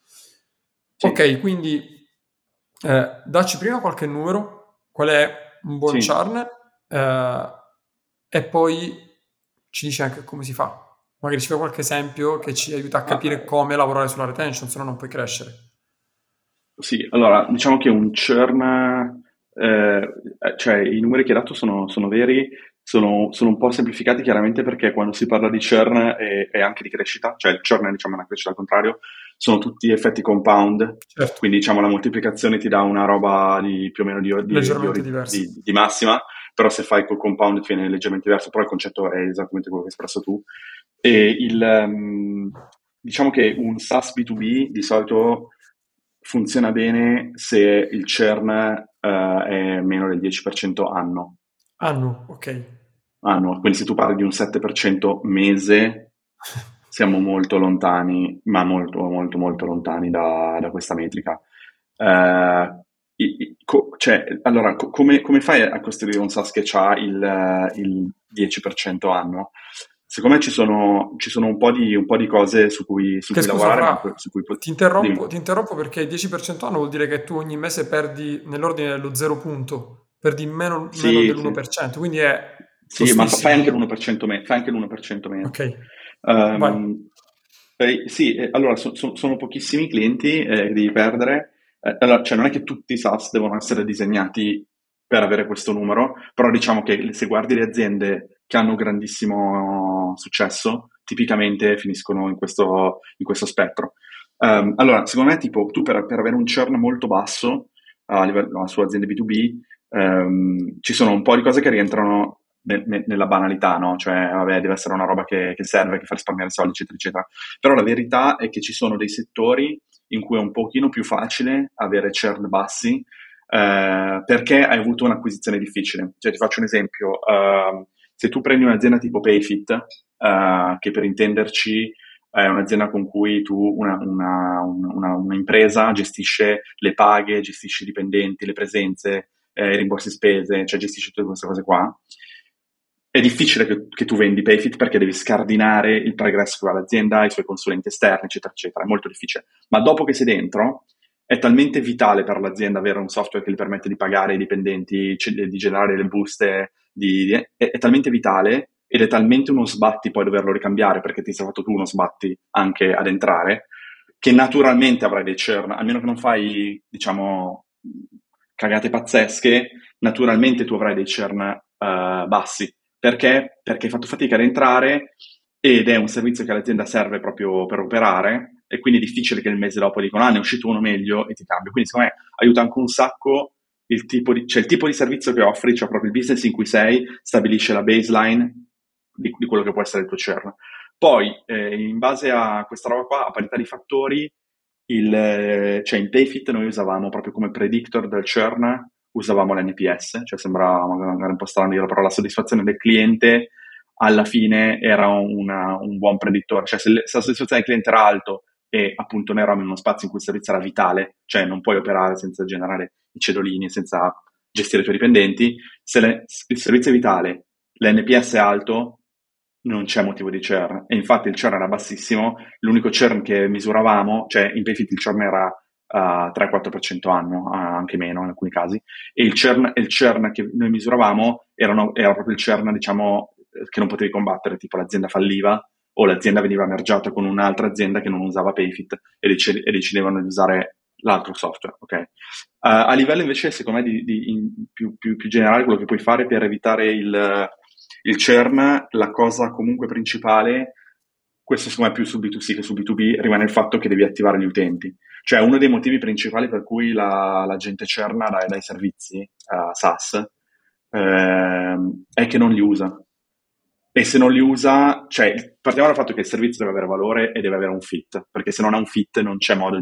sì, Ok, quindi dacci prima qualche numero, qual è un buon sì. churn, e poi ci dici anche come si fa. Magari ci fai qualche esempio che ci aiuta a capire Ah, come lavorare sulla retention, se no non puoi crescere. sì, allora diciamo che un churn, cioè i numeri che hai dato sono veri, sono un po' semplificati chiaramente perché quando si parla di churn e anche di crescita, cioè il churn è diciamo una crescita al contrario, sono tutti effetti compound, Certo, quindi diciamo la moltiplicazione ti dà una roba di più o meno leggermente diverso. di massima, però se fai col compound ti viene leggermente diverso, però il concetto è esattamente quello che hai espresso tu. E diciamo che un SaaS B2B di solito funziona bene se il churn è meno del 10% anno. Anno, ok. Anno. Quindi se tu parli di un 7% mese, siamo molto lontani, ma molto, molto, molto lontani da questa metrica. Cioè, allora, come fai a costruire un SaaS che ha il 10% anno? Secondo me ci sono un po' di cose su Che cui scusa, lavorare, ma Fra, anche su cui... ti Dimmi. interrompo perché il 10% anno vuol dire che tu ogni mese perdi nell'ordine dello 0 punto, perdi meno Sì, sì. dell'1%, quindi è Sì, ma fai tostissimo. anche l'1% meno, fai anche l'1% meno. Ok, vai. Sì, allora sono pochissimi clienti che devi perdere. Allora, cioè non è che tutti i SaaS devono essere disegnati per avere questo numero, però diciamo che se guardi le aziende che hanno grandissimo successo, tipicamente finiscono in questo spettro. Allora, secondo me, tipo, tu per avere un churn molto basso a livello, no, su aziende B2B, ci sono un po' di cose che rientrano nella banalità, no? Cioè, vabbè, deve essere una roba che serve, che fa risparmiare soldi, eccetera, eccetera. Però la verità è che ci sono dei settori in cui è un pochino più facile avere churn bassi, perché hai avuto un'acquisizione difficile. Cioè, ti faccio un esempio. Se tu prendi un'azienda tipo Payfit, che per intenderci è un'azienda con cui un'impresa gestisce le paghe, gestisce i dipendenti, le presenze, i rimborsi spese, cioè gestisce tutte queste cose qua. È difficile che tu vendi Payfit perché devi scardinare il progresso che va l'azienda, i suoi consulenti esterni, eccetera, eccetera. È molto difficile. Ma dopo che sei dentro, è talmente vitale per l'azienda avere un software che gli permette di pagare i dipendenti, di generare le buste, è talmente vitale ed è talmente uno sbatti poi doverlo ricambiare perché ti sei fatto tu uno sbatti anche ad entrare, che naturalmente avrai dei churn, a meno che non fai, diciamo, cagate pazzesche, naturalmente tu avrai dei churn bassi. Perché? Perché hai fatto fatica ad entrare ed è un servizio che all'azienda serve proprio per operare e quindi è difficile che il mese dopo dicono ne è uscito uno meglio e ti cambio. Quindi secondo me aiuta anche un sacco il tipo di servizio che offri, cioè proprio il business in cui sei, stabilisce la baseline di quello che può essere il tuo churn. Poi, in base a questa roba qua, a parità di fattori, cioè in Payfit noi usavamo proprio come predictor del churn, usavamo l'NPS, cioè sembra magari un po' strano dirlo, però la soddisfazione del cliente alla fine era un buon predittore, cioè se la soddisfazione del cliente era alto e appunto noi eravamo in uno spazio in cui il servizio era vitale, cioè non puoi operare senza generare i cedolini, senza gestire i tuoi dipendenti, se il servizio è vitale, l'NPS è alto, non c'è motivo di churn. E infatti il churn era bassissimo, l'unico churn che misuravamo, cioè in Payfit il churn era 3-4% anno, anche meno in alcuni casi, e il churn che noi misuravamo era proprio il churn, diciamo, che non potevi combattere, tipo l'azienda falliva o l'azienda veniva mergiata con un'altra azienda che non usava Payfit e decidevano di usare l'altro software, ok? A livello invece, secondo me, più generale, quello che puoi fare per evitare il churn, la cosa comunque principale, questo secondo me più su B2C che su B2B, rimane il fatto che devi attivare gli utenti. Cioè uno dei motivi principali per cui la gente churna dai servizi SaaS è che non li usa. E se non li usa, cioè partiamo dal fatto che il servizio deve avere valore e deve avere un fit, perché se non ha un fit non c'è modo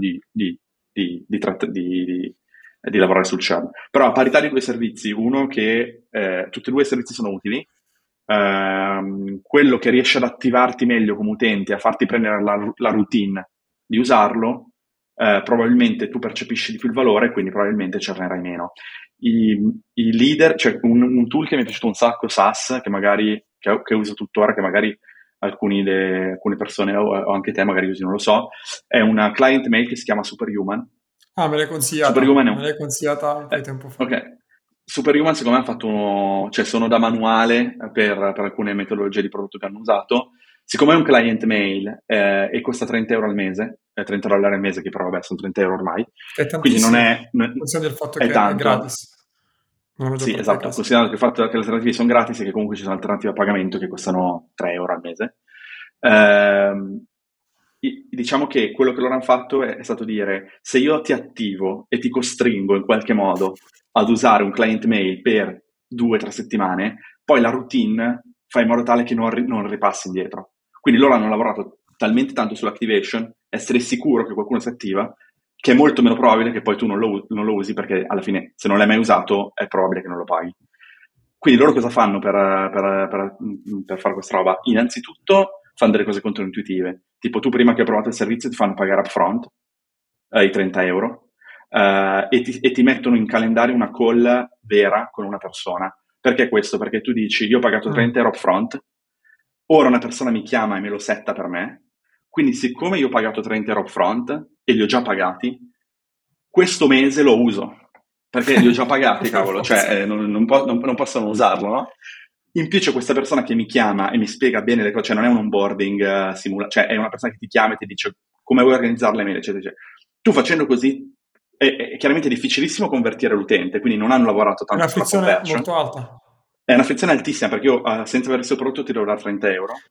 di lavorare sul churn. Però a parità di due servizi, uno che tutti e due i servizi sono utili, quello che riesce ad attivarti meglio come utente, a farti prendere la routine di usarlo, probabilmente tu percepisci di più il valore e quindi probabilmente churnerai meno. I, i leader, cioè un tool che mi è piaciuto un sacco, SaaS, che uso tuttora, che magari alcune persone o anche te magari usi, non lo so, è una client mail che si chiama Superhuman. Ah, Superhuman è me l'hai consigliata un po' di tempo fa. ok. Superhuman secondo me ha fatto cioè sono da manuale per alcune metodologie di prodotto che hanno usato. Siccome è un client mail e costa 30 euro al mese, 30 dollari al mese, che però vabbè sono 30 euro ormai, È quindi non tantissimo, è, considerando il fatto è che è tanto. gratis nella maggior Sì, parte dei esatto, casi. considerando che il fatto che le alternative sono gratis e che comunque ci sono alternative a pagamento che costano 3 euro al mese. Ehm, diciamo che quello che loro hanno fatto è stato dire: se io ti attivo e ti costringo in qualche modo ad usare un client mail per 2 o 3 settimane, poi la routine fa in modo tale che non ripassi indietro. Quindi loro hanno lavorato talmente tanto sull'activation, essere sicuro che qualcuno si attiva, che è molto meno probabile che poi tu non lo usi, perché alla fine, se non l'hai mai usato, è probabile che non lo paghi. Quindi loro cosa fanno per fare questa roba? Innanzitutto fanno delle cose controintuitive, tipo tu prima che hai provato il servizio ti fanno pagare upfront i 30 euro e ti mettono in calendario una call vera con una persona. Perché questo? Perché tu dici: io ho pagato Mm. 30 euro upfront, ora una persona mi chiama e me lo setta per me, quindi siccome io ho pagato 30 euro upfront e li ho già pagati, questo mese lo uso, perché li ho già pagati, Per cavolo, forza. cioè non possono usarlo, no? In più c'è questa persona che mi chiama e mi spiega bene le cose, cioè non è un onboarding cioè è una persona che ti chiama e ti dice come vuoi organizzare le mail, eccetera, eccetera. Tu facendo così è chiaramente difficilissimo convertire l'utente, quindi non hanno lavorato È una tanto sulla frizione conversion. molto alta. È una frizione altissima, perché io senza aver visto il prodotto ti devo dare 30 euro.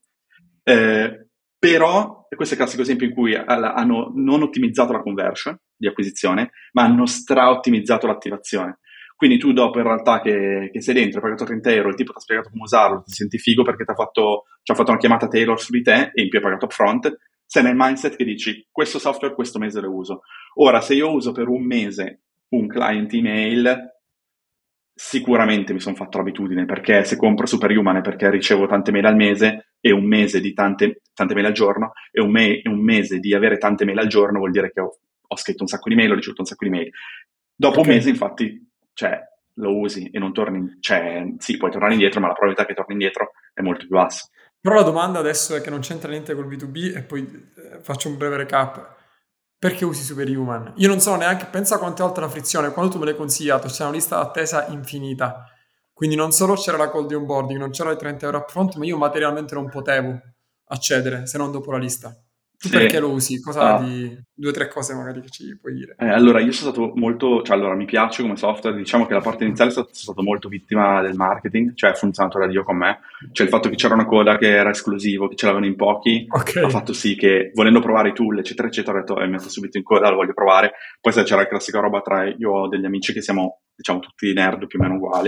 Però questo è il classico esempio in cui hanno non ottimizzato la conversion di acquisizione, ma hanno stra-ottimizzato l'attivazione. Quindi tu dopo in realtà che sei dentro, hai pagato 30 euro, il tipo ti ha spiegato come usarlo, ti senti figo perché ci ha fatto una chiamata Taylor su di te e in più hai pagato upfront, sei nel mindset che dici: questo software questo mese lo uso. Ora, se io uso per un mese un client email, sicuramente mi sono fatto l'abitudine, perché se compro Superhuman è perché ricevo tante mail al mese, e un mese di tante mail al giorno, e un mese di avere tante mail al giorno vuol dire che ho scritto un sacco di mail, ho ricevuto un sacco di mail. Dopo un Ok. mese, infatti, cioè, lo usi e non torni, cioè, sì, puoi tornare indietro, ma la probabilità che torni indietro è molto più bassa. Però la domanda adesso è che non c'entra niente col B2B e poi faccio un breve recap. Perché usi Superhuman? Io non so neanche, pensa quante volte la frizione, quando tu me l'hai consigliato, c'è una lista d'attesa infinita. Quindi non solo c'era la call di onboarding, non c'era i 30 euro upfront, ma io materialmente non potevo accedere se non dopo la lista. Tu perché Se, lo usi? Cosa ah, di due o tre cose magari che ci puoi dire? Allora, io sono stato molto, cioè allora mi piace come software, diciamo che la parte iniziale sono stato molto vittima del marketing, cioè ha funzionato da Dio con me, cioè il fatto che c'era una coda che era esclusivo, che ce l'avevano in pochi, Ok, ha fatto sì che, volendo provare i tool, eccetera, eccetera, ho detto, mi metto subito in coda, lo voglio provare. Poi sai, c'era la classica roba tra io ho degli amici che siamo, diciamo, tutti nerd più o meno uguali,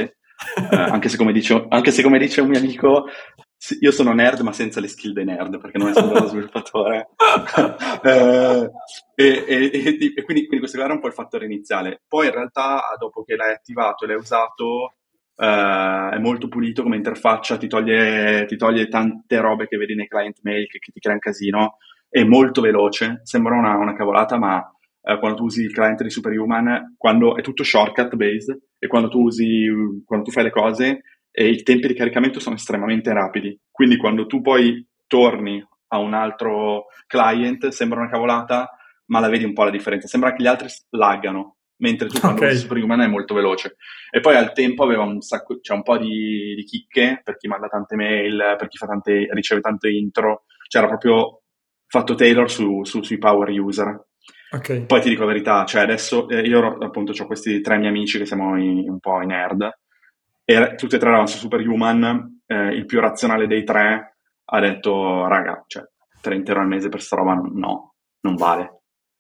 anche se come dice un mio amico, sì, io sono nerd ma senza le skill dei nerd, perché non essendo uno sviluppatore. Eh, quindi questo era un po' il fattore iniziale. Poi in realtà, dopo che l'hai attivato e l'hai usato, è molto pulito come interfaccia, ti toglie tante robe che vedi nei client mail che ti crea un casino, è molto veloce, sembra una cavolata, ma quando tu usi il client di Superhuman, quando è tutto shortcut based, e quando tu fai le cose, i tempi di caricamento sono estremamente rapidi. Quindi quando tu poi torni a un altro client, sembra una cavolata, ma la vedi un po' la differenza. Sembra che gli altri laggano, mentre tu ok, quando usi Superhuman è molto veloce. E poi al tempo aveva c'è un po' di chicche per chi manda tante mail, per chi riceve tante intro. C'era proprio fatto Taylor sui power user. ok. Poi ti dico la verità, cioè adesso io appunto ho questi 3 miei amici che siamo un po' i nerd, e tutti e tre eravamo su Superhuman, il più razionale dei tre ha detto: raga, cioè 30 euro al mese per sta roba no, non vale.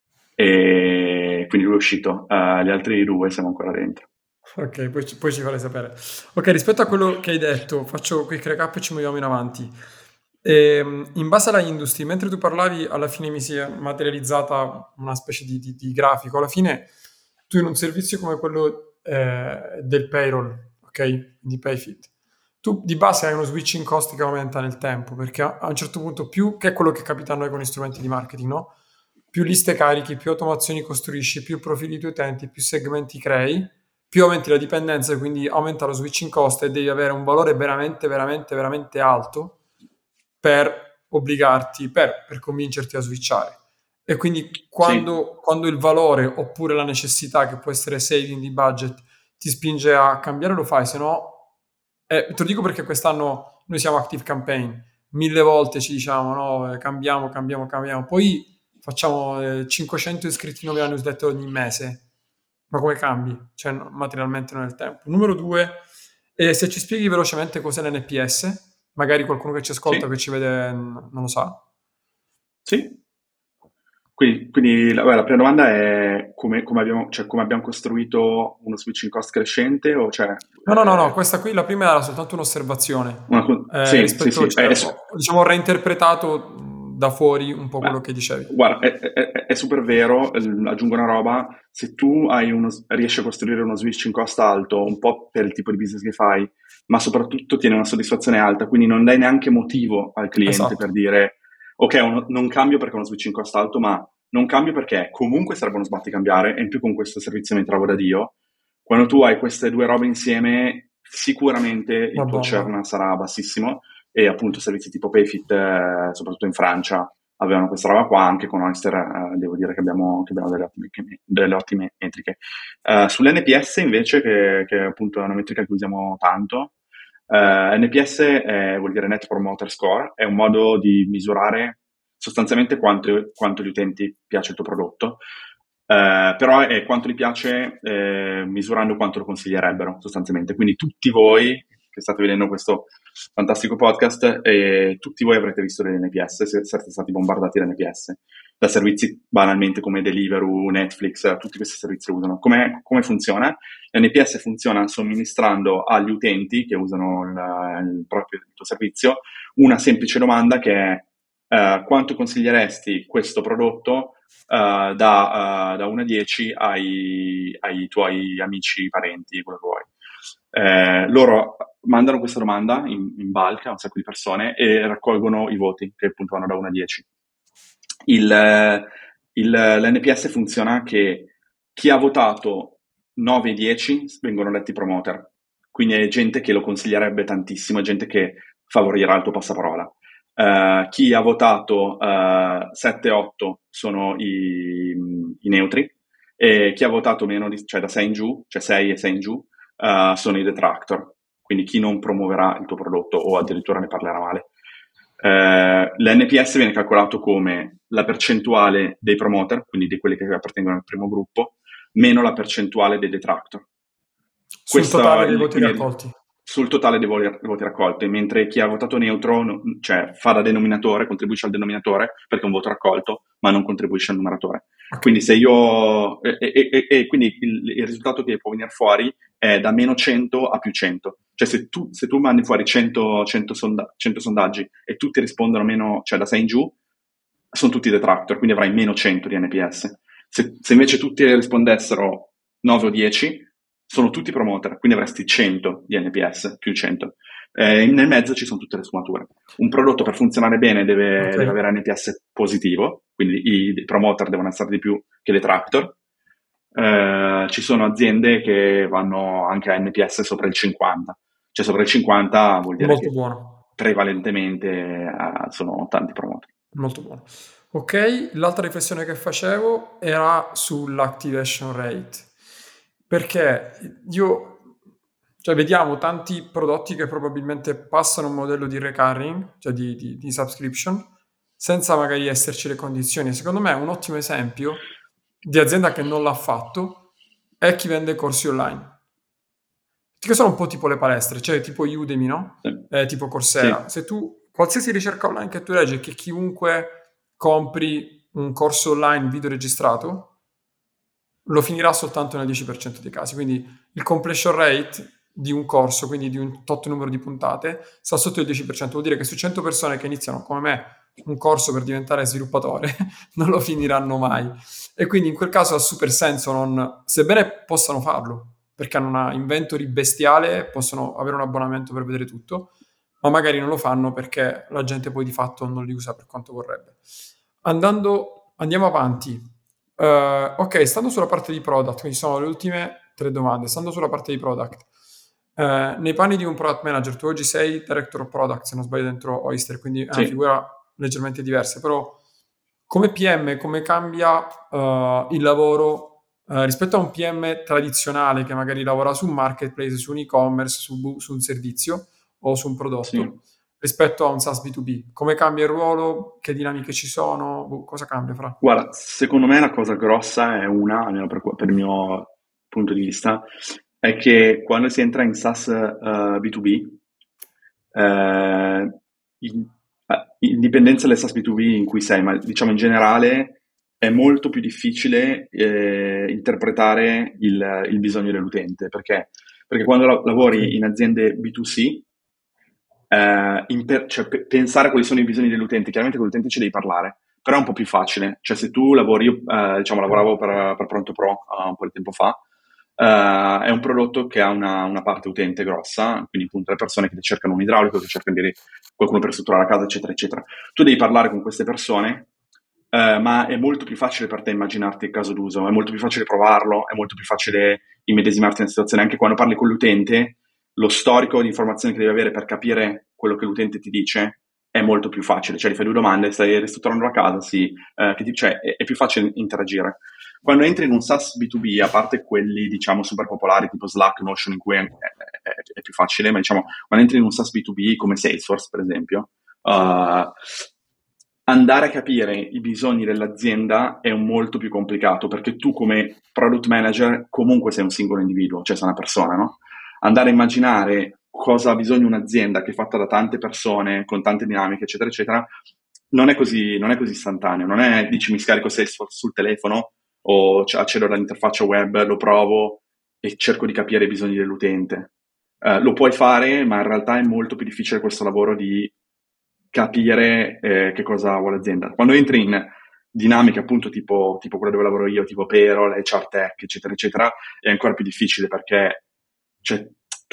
E quindi lui è uscito, gli altri due siamo ancora dentro. Ok, poi ci farai sapere. Ok, rispetto a quello che hai detto, faccio quick recap e ci muoviamo in avanti. In base alla industry, mentre tu parlavi, alla fine mi si è materializzata una specie di grafico. Alla fine, tu in un servizio come quello del payroll, ok? Di Payfit, tu di base hai uno switching cost che aumenta nel tempo, perché a un certo punto, più che è quello che capita a noi con gli strumenti di marketing, no? Più liste carichi, più automazioni costruisci, più profili di utenti, più segmenti crei, più aumenti la dipendenza e quindi aumenta lo switching cost e devi avere un valore veramente, veramente, veramente alto per obbligarti, per convincerti a switchare. E quindi Sì, quando il valore oppure la necessità, che può essere saving di budget, ti spinge a cambiare, lo fai, se no, te lo dico perché quest'anno noi siamo Active Campaign, 1000 volte ci diciamo, no, cambiamo, poi facciamo 500 iscritti nuovi alla newsletter ogni mese, ma come cambi? Cioè materialmente non nel tempo. Numero 2, se ci spieghi velocemente cos'è l'NPS, magari qualcuno che ci ascolta, Sì, che ci vede, non lo sa. sì. Quindi la prima domanda è come abbiamo costruito uno switching cost crescente o cioè, No, questa qui, la prima era soltanto un'osservazione, sì, sì, rispetto, sì, cioè, diciamo, ho reinterpretato da fuori un po' quello ma che dicevi. guarda, è super vero, aggiungo una roba, se tu riesci a costruire uno switching cost alto, un po' per il tipo di business che fai, ma soprattutto tieni una soddisfazione alta, quindi non dai neanche motivo al cliente per Esatto, dire ok, non cambio perché ho uno switching cost alto, ma non cambio perché comunque sarebbe uno sbatti cambiare e in più con questo servizio mi trovo da Dio. Quando tu hai queste due robe insieme, sicuramente il una tuo bomba. churn sarà bassissimo e appunto servizi tipo Payfit, soprattutto in Francia, avevano questa roba qua, anche con Oyster devo dire che abbiamo delle ottime metriche. Sull'NPS invece, che appunto è una metrica che usiamo tanto, NPS vuol dire Net Promoter Score, è un modo di misurare sostanzialmente quanto gli utenti piace il tuo prodotto, però è quanto gli piace misurando quanto lo consiglierebbero sostanzialmente. Quindi tutti voi che state vedendo questo fantastico podcast e tutti voi avrete visto degli NPS, siete stati bombardati da NPS, da servizi banalmente come Deliveroo, Netflix, tutti questi servizi lo usano. Come funziona? L'NPS funziona somministrando agli utenti che usano il tuo servizio una semplice domanda che è quanto consiglieresti questo prodotto da 1 a 10 ai tuoi amici, parenti, quello che vuoi. Loro mandano questa domanda in bulk a un sacco di persone e raccolgono i voti che appunto vanno da 1 a 10. L'NPS funziona che chi ha votato 9 e 10 vengono letti promoter, quindi è gente che lo consiglierebbe tantissimo, è gente che favorirà il tuo passaparola. Chi ha votato 7 e 8 sono i neutri e chi ha votato cioè da 6 in giù, cioè 6 e 6 in giù, sono i detractor, quindi chi non promuoverà il tuo prodotto o addirittura ne parlerà male. L'NPS viene calcolato come la percentuale dei promoter, quindi di quelli che appartengono al primo gruppo, meno la percentuale dei detractor. Sul totale dei voti Quindi raccolti. sul totale dei voti raccolti, mentre chi ha votato neutro, cioè fa da denominatore, contribuisce al denominatore perché è un voto raccolto, ma non contribuisce al numeratore. Ok, Quindi se io e quindi il risultato che può venire fuori è da meno 100 a più 100. Cioè se tu mandi fuori 100 sondaggi e tutti rispondono cioè da 6 in giù, sono tutti detractor, quindi avrai meno 100 di NPS. Se invece tutti rispondessero 9 o 10, sono tutti promoter, quindi avresti 100 di NPS, più 100. Nel mezzo ci sono tutte le sfumature. Un prodotto per funzionare bene ok, deve avere NPS positivo, quindi i promoter devono essere di più che i detractor. Ci sono aziende che vanno anche a NPS sopra il 50, cioè sopra il 50 vuol dire molto che buono, prevalentemente sono tanti promoter. molto buono. Ok, l'altra riflessione che facevo era sull'activation rate, perché cioè vediamo tanti prodotti che probabilmente passano un modello di recurring, cioè di subscription, senza magari esserci le condizioni. Secondo me un ottimo esempio di azienda che non l'ha fatto è chi vende corsi online, che sono un po' tipo le palestre, cioè tipo Udemy, no? Sì, Tipo Coursera. sì, Se tu, qualsiasi ricerca online che tu leggi, che chiunque compri un corso online video registrato, lo finirà soltanto nel 10% dei casi. Quindi il completion rate di un corso, quindi di un tot numero di puntate, sta sotto il 10%. Vuol dire che su 100 persone che iniziano come me un corso per diventare sviluppatore, non lo finiranno mai. E quindi in quel caso ha super senso, sebbene possano farlo, perché hanno una inventory bestiale, possono avere un abbonamento per vedere tutto, ma magari non lo fanno perché la gente poi di fatto non li usa per quanto vorrebbe. Andiamo avanti. Ok, stando sulla parte di product, quindi sono le ultime 3 domande. Stando sulla parte di product, nei panni di un product manager, tu oggi sei director of product, se non sbaglio, dentro Oyster, quindi è una sì. figura leggermente diversa, però come PM, come cambia il lavoro rispetto a un PM tradizionale che magari lavora su un marketplace, su un e-commerce, su un servizio o su un Sì. prodotto, rispetto a un SaaS B2B? Come cambia il ruolo? Che dinamiche ci sono? Cosa cambia fra? Guarda, secondo me la cosa grossa è almeno per il mio punto di vista, è che quando si entra in SaaS B2B, eh, in dipendenza del SaaS B2B in cui sei, ma diciamo in generale è molto più difficile interpretare il bisogno dell'utente. Perché quando lavori in aziende B2C, cioè, pensare a quali sono i bisogni dell'utente, chiaramente con l'utente ci devi parlare, però è un po' più facile. Cioè, se tu lavori, io diciamo, lavoravo per Pronto Pro un po' di tempo fa, è un prodotto che ha una parte utente grossa, quindi appunto le persone che ti cercano un idraulico, che cercano di qualcuno per strutturare la casa, eccetera, eccetera. Tu devi parlare con queste persone, ma è molto più facile per te immaginarti il caso d'uso, è molto più facile provarlo, è molto più facile immedesimarti nella situazione. Anche quando parli con l'utente, lo storico di informazioni che devi avere per capire quello che l'utente ti dice è molto più facile. Cioè, gli fai due domande, stai ristrutturando la casa, sì, cioè, è più facile interagire. Quando entri in un SaaS B2B, a parte quelli, diciamo, super popolari, tipo Slack, Notion, in cui è più facile, ma diciamo, quando entri in un SaaS B2B come Salesforce, per esempio, andare a capire i bisogni dell'azienda è molto più complicato, perché tu come product manager comunque sei un singolo individuo, cioè sei una persona, no? Andare a immaginare cosa ha bisogno un'azienda che è fatta da tante persone, con tante dinamiche, eccetera, eccetera, non è così istantaneo. Non è, dici, mi scarico Salesforce sul telefono o accedo all'interfaccia web, lo provo e cerco di capire i bisogni dell'utente. Lo puoi fare, ma in realtà è molto più difficile questo lavoro di capire che cosa vuole l'azienda. Quando entri in dinamiche appunto tipo quella dove lavoro io, tipo payroll, HR tech, eccetera, eccetera, è ancora più difficile perché cioè,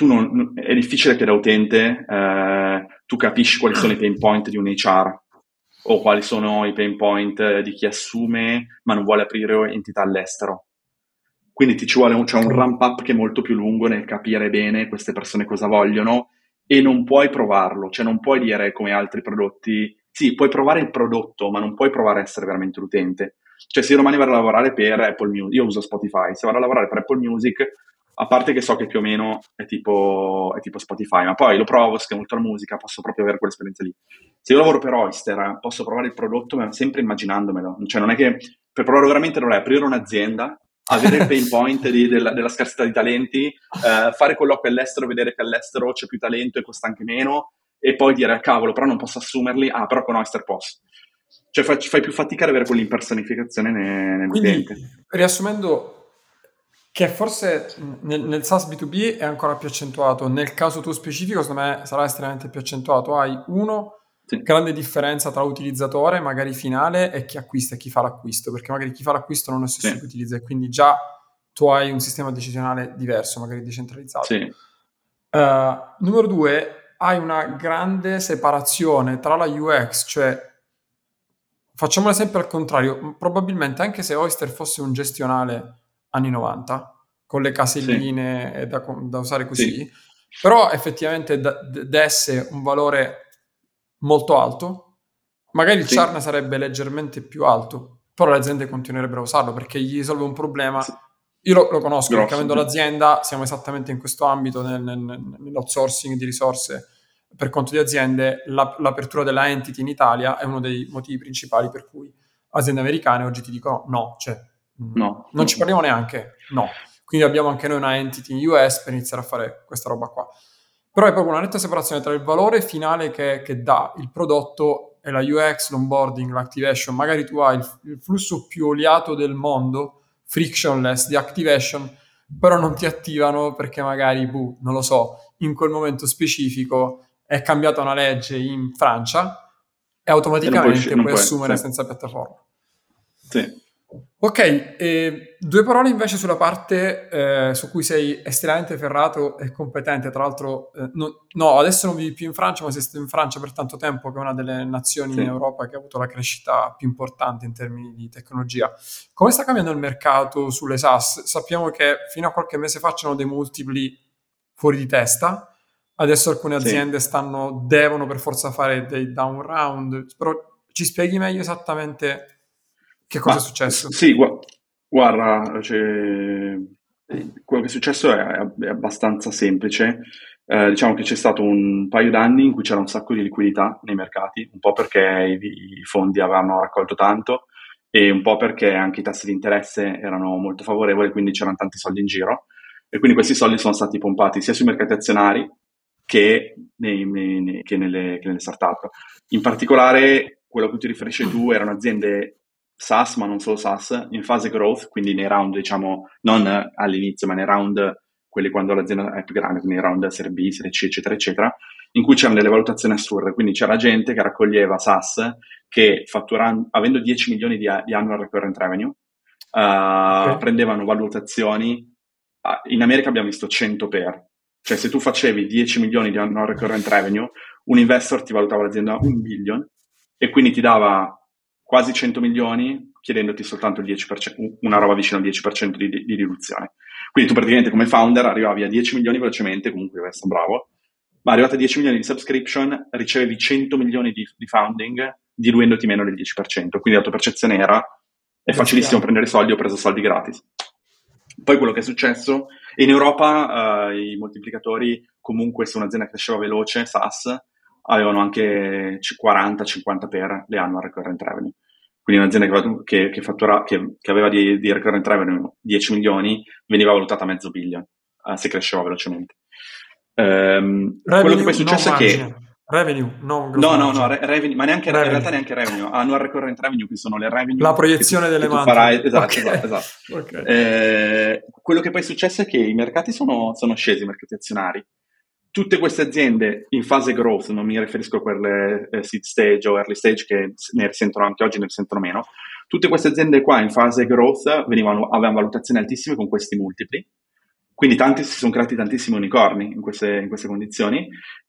è difficile che da utente tu capisci quali sono i pain point di un HR o quali sono i pain point di chi assume ma non vuole aprire entità all'estero. Quindi ci vuole c'è un ramp up che è molto più lungo nel capire bene queste persone cosa vogliono e non puoi provarlo, cioè non puoi dire come altri prodotti, sì, puoi provare il prodotto, ma non puoi provare a essere veramente l'utente. Cioè se io domani vado a lavorare per Apple Music, io uso Spotify, se vado a lavorare per Apple Music, a parte che so che più o meno è tipo Spotify, ma poi lo provo, se molto la musica, posso proprio avere quell'esperienza lì. Se io lavoro per Oyster, posso provare il prodotto, ma sempre immaginandomelo. Cioè non è che per provare veramente dovrei aprire un'azienda, avere il pain point della scarsità di talenti, fare colloqui all'estero, vedere che all'estero c'è più talento e costa anche meno, e poi dire, cavolo, però non posso assumerli, però con Oyster posso. Cioè fai più fatica ad avere quell'impersonificazione nell'utente. Quindi, riassumendo, che forse nel SaaS B2B è ancora più accentuato, nel caso tuo specifico secondo me sarà estremamente più accentuato. Hai Sì. grande differenza tra utilizzatore magari finale e chi acquista e chi fa l'acquisto, perché magari chi fa l'acquisto non è lo stesso che utilizza e quindi già tu hai un sistema decisionale diverso, magari decentralizzato. Sì. Numero 2, hai una grande separazione tra la UX, cioè facciamo un esempio al contrario, probabilmente anche se Oyster fosse un gestionale anni 90, con le caselline da usare così, però effettivamente desse un valore molto alto, magari il churn sarebbe leggermente più alto, però le aziende continuerebbero a usarlo perché gli risolve un problema. Io lo conosco, perché avendo l'azienda siamo esattamente in questo ambito, nell'outsourcing di risorse per conto di aziende. L'apertura della entity in Italia è uno dei motivi principali per cui aziende americane oggi ti dicono no, cioè non ci parliamo neanche, no. Quindi abbiamo anche noi una entity in US per iniziare a fare questa roba qua. Però è proprio una netta separazione tra il valore finale che dà il prodotto e la UX, l'onboarding, l'activation. Magari tu hai il flusso più oliato del mondo, frictionless, di activation, però non ti attivano perché magari, non lo so, in quel momento specifico è cambiata una legge in Francia e automaticamente puoi assumere senza piattaforma. Sì. Ok, 2 parole invece sulla parte su cui sei estremamente ferrato e competente. Tra l'altro, no, adesso non vivi più in Francia, ma sei stato in Francia per tanto tempo, che è una delle nazioni in Europa che ha avuto la crescita più importante in termini di tecnologia. Come sta cambiando il mercato sulle SaaS? Sappiamo che fino a qualche mese fa c'erano dei multipli fuori di testa, adesso alcune aziende devono per forza fare dei down round, però ci spieghi meglio esattamente che cosa è successo? Sì, guarda, quello che è successo è abbastanza semplice. Diciamo che c'è stato un paio d'anni in cui c'era un sacco di liquidità nei mercati, un po' perché i fondi avevano raccolto tanto e un po' perché anche i tassi di interesse erano molto favorevoli, quindi c'erano tanti soldi in giro e quindi questi soldi sono stati pompati sia sui mercati azionari che nelle startup. In particolare, quello a cui ti riferisci tu erano aziende SaaS, ma non solo SaaS, in fase growth, quindi nei round, diciamo, non all'inizio, ma nei round, quelli quando l'azienda è più grande, quindi nei round Serie B, Serie C, eccetera, eccetera, in cui c'erano delle valutazioni assurde. Quindi c'era gente che raccoglieva SaaS che avendo 10 milioni di annual recurrent revenue, Ok. prendevano valutazioni. In America abbiamo visto 100 per. Cioè, se tu facevi 10 milioni di annual recurrent revenue, un investor ti valutava l'azienda 1 billion e quindi ti dava quasi 100 milioni chiedendoti soltanto il 10%, una roba vicino al 10% di riduzione. Quindi tu praticamente come founder arrivavi a 10 milioni velocemente, comunque devi essere bravo, ma arrivati a 10 milioni di subscription ricevevi 100 milioni di founding diluendoti meno del 10%. Quindi la tua percezione era è facilissimo Giochiamo. prendere soldi, ho preso soldi gratis. Poi quello che è successo, in Europa i moltiplicatori comunque se un'azienda cresceva veloce, SaaS, avevano anche 40-50 per le annual recurrent revenue. Quindi un'azienda che aveva di recurrent revenue 10 milioni veniva valutata a mezzo billion se cresceva velocemente. Quello che poi è Revenue, non successo è che margine. Revenue, non gross no, margin. revenue, ma neanche, in realtà Revenue. neanche revenue, annual recurrent revenue, che sono le La revenue proiezione che delle tu farai, monthly. esatto, esatto, Ok. esatto. Ok. Quello che poi è successo è che i mercati sono scesi, i mercati azionari. Tutte queste aziende in fase growth, non mi riferisco a quelle seed stage o early stage che ne risentono anche oggi, ne risentono meno, tutte queste aziende qua in fase growth avevano valutazioni altissime con questi multipli, quindi si sono creati tantissimi unicorni in queste condizioni,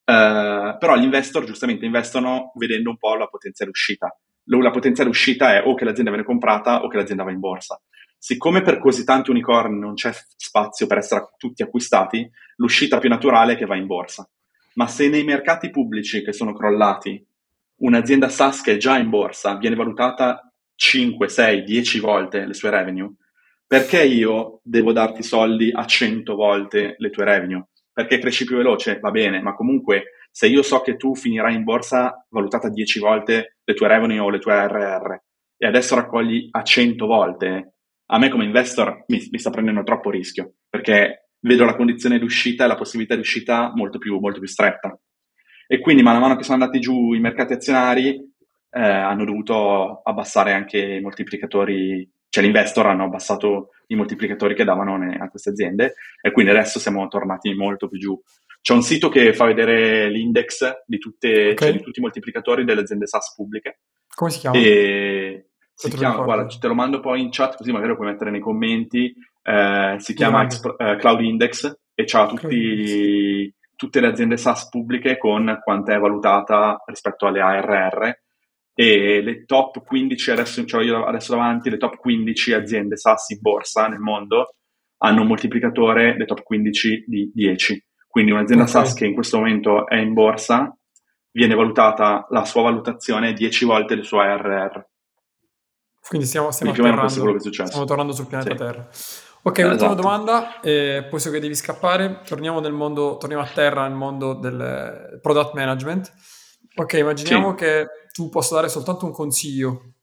però gli investor giustamente investono vedendo un po' la potenziale uscita. La potenziale uscita è o che l'azienda viene comprata o che l'azienda va in borsa. Siccome per così tanti unicorni non c'è spazio per essere tutti acquistati, l'uscita più naturale è che va in borsa. Ma se nei mercati pubblici che sono crollati un'azienda SaaS che è già in borsa viene valutata 5, 6, 10 volte le sue revenue, perché io devo darti soldi a 100 volte le tue revenue? Perché cresci più veloce? Va bene, ma comunque se io so che tu finirai in borsa valutata 10 volte le tue revenue o le tue ARR e adesso raccogli a 100 volte, a me come investor mi sta prendendo troppo rischio, perché vedo la condizione di uscita e la possibilità di uscita molto più stretta. E quindi man mano che sono andati giù i mercati azionari, hanno dovuto abbassare anche i moltiplicatori, cioè l'investor hanno abbassato i moltiplicatori che davano a queste aziende e quindi adesso siamo tornati molto più giù. C'è un sito che fa vedere l'index Ok. cioè di tutti i moltiplicatori delle aziende SaaS pubbliche Come si chiama? e Se si te lo chiama, guarda, ricordi. te lo mando poi in chat così magari lo puoi mettere nei commenti, si Di chiama grande. Cloud Index e c'ha Cloud Index. tutte le aziende SaaS pubbliche con quanto è valutata rispetto alle ARR e le top 15, adesso ce l'ho io adesso davanti, le top 15 aziende SaaS in borsa nel mondo hanno un moltiplicatore, le top 15 di 10. Quindi un'azienda Ok. SaaS che in questo momento è in borsa viene valutata la sua valutazione 10 volte il suo ARR. Quindi stiamo Quindi più o meno questo è quello che è atterrando, stiamo successo. tornando sul Sì, pianeta Terra. Ok, ultima esatto. domanda, poi so che devi scappare. Torniamo a terra nel mondo del product management. Ok, immaginiamo Sì. che tu possa dare soltanto un consiglio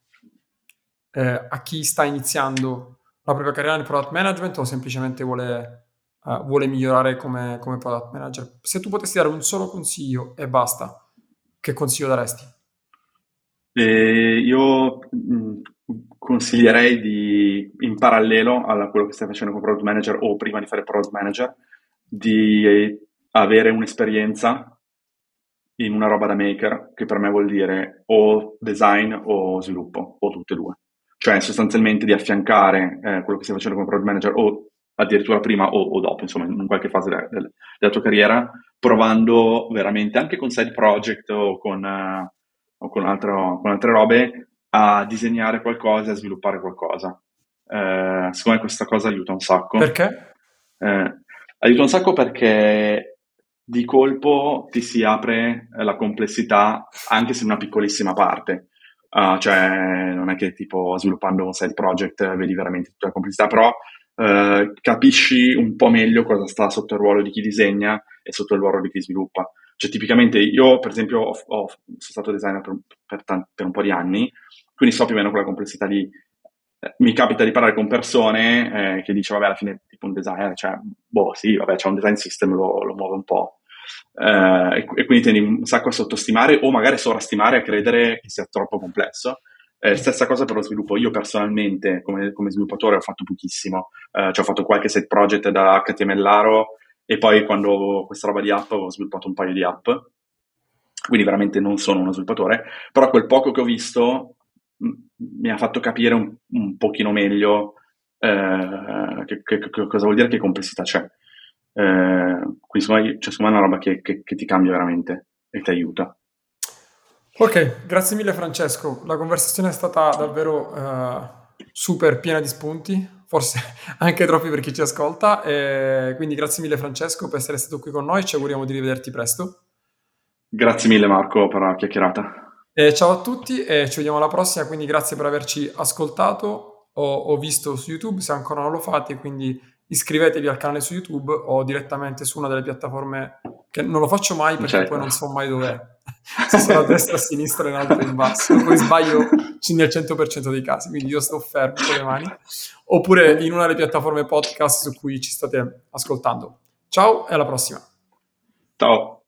a chi sta iniziando la propria carriera nel product management o semplicemente vuole migliorare come product manager. Se tu potessi dare un solo consiglio e basta, che consiglio daresti? Io consiglierei in parallelo a quello che stai facendo con product manager o prima di fare product manager, di avere un'esperienza in una roba da maker, che per me vuol dire o design o sviluppo, o tutte e due. Cioè sostanzialmente di affiancare quello che stai facendo come product manager o addirittura prima o dopo, insomma, in qualche fase della tua carriera, provando veramente anche con side project o con altre robe a disegnare qualcosa, a sviluppare qualcosa. Secondo me questa cosa aiuta un sacco. Perché? Aiuta un sacco perché di colpo ti si apre la complessità anche se in una piccolissima parte. Cioè non è che tipo sviluppando un side project vedi veramente tutta la complessità, però capisci un po' meglio cosa sta sotto il ruolo di chi disegna e sotto il ruolo di chi sviluppa. Cioè, tipicamente io, per esempio, sono stato designer per un po' di anni, quindi so più o meno quella complessità di... mi capita di parlare con persone che dice, vabbè, alla fine tipo un designer, cioè, boh, sì, vabbè, c'è un design system, lo muove un po'. E quindi tendi un sacco a sottostimare o magari sovrastimare a credere che sia troppo complesso. Stessa cosa per lo sviluppo. Io personalmente, come sviluppatore, ho fatto pochissimo. Cioè ho fatto qualche side project da HTMLaro e poi quando questa roba di app ho sviluppato un paio di app. Quindi veramente non sono uno sviluppatore, però quel poco che ho visto mi ha fatto capire un pochino meglio che cosa vuol dire, che complessità c'è. Quindi secondo me è una roba che ti cambia veramente e ti aiuta. Ok, grazie mille Francesco. La conversazione è stata davvero super piena di spunti, forse anche troppi per chi ci ascolta. Quindi grazie mille Francesco per essere stato qui con noi. Ci auguriamo di rivederti presto. Grazie mille Marco per la chiacchierata. Ciao a tutti e ci vediamo alla prossima. Quindi grazie per averci ascoltato o visto su YouTube se ancora non lo fate. Quindi iscrivetevi al canale su YouTube o direttamente su una delle piattaforme che non lo faccio mai perché poi Certo. non so mai dov'è. Se sono a destra, a sinistra, in alto, in basso. Poi sbaglio nel 100% dei casi, quindi io sto fermo con le mani. Oppure in una delle piattaforme podcast su cui ci state ascoltando. Ciao e alla prossima. Ciao.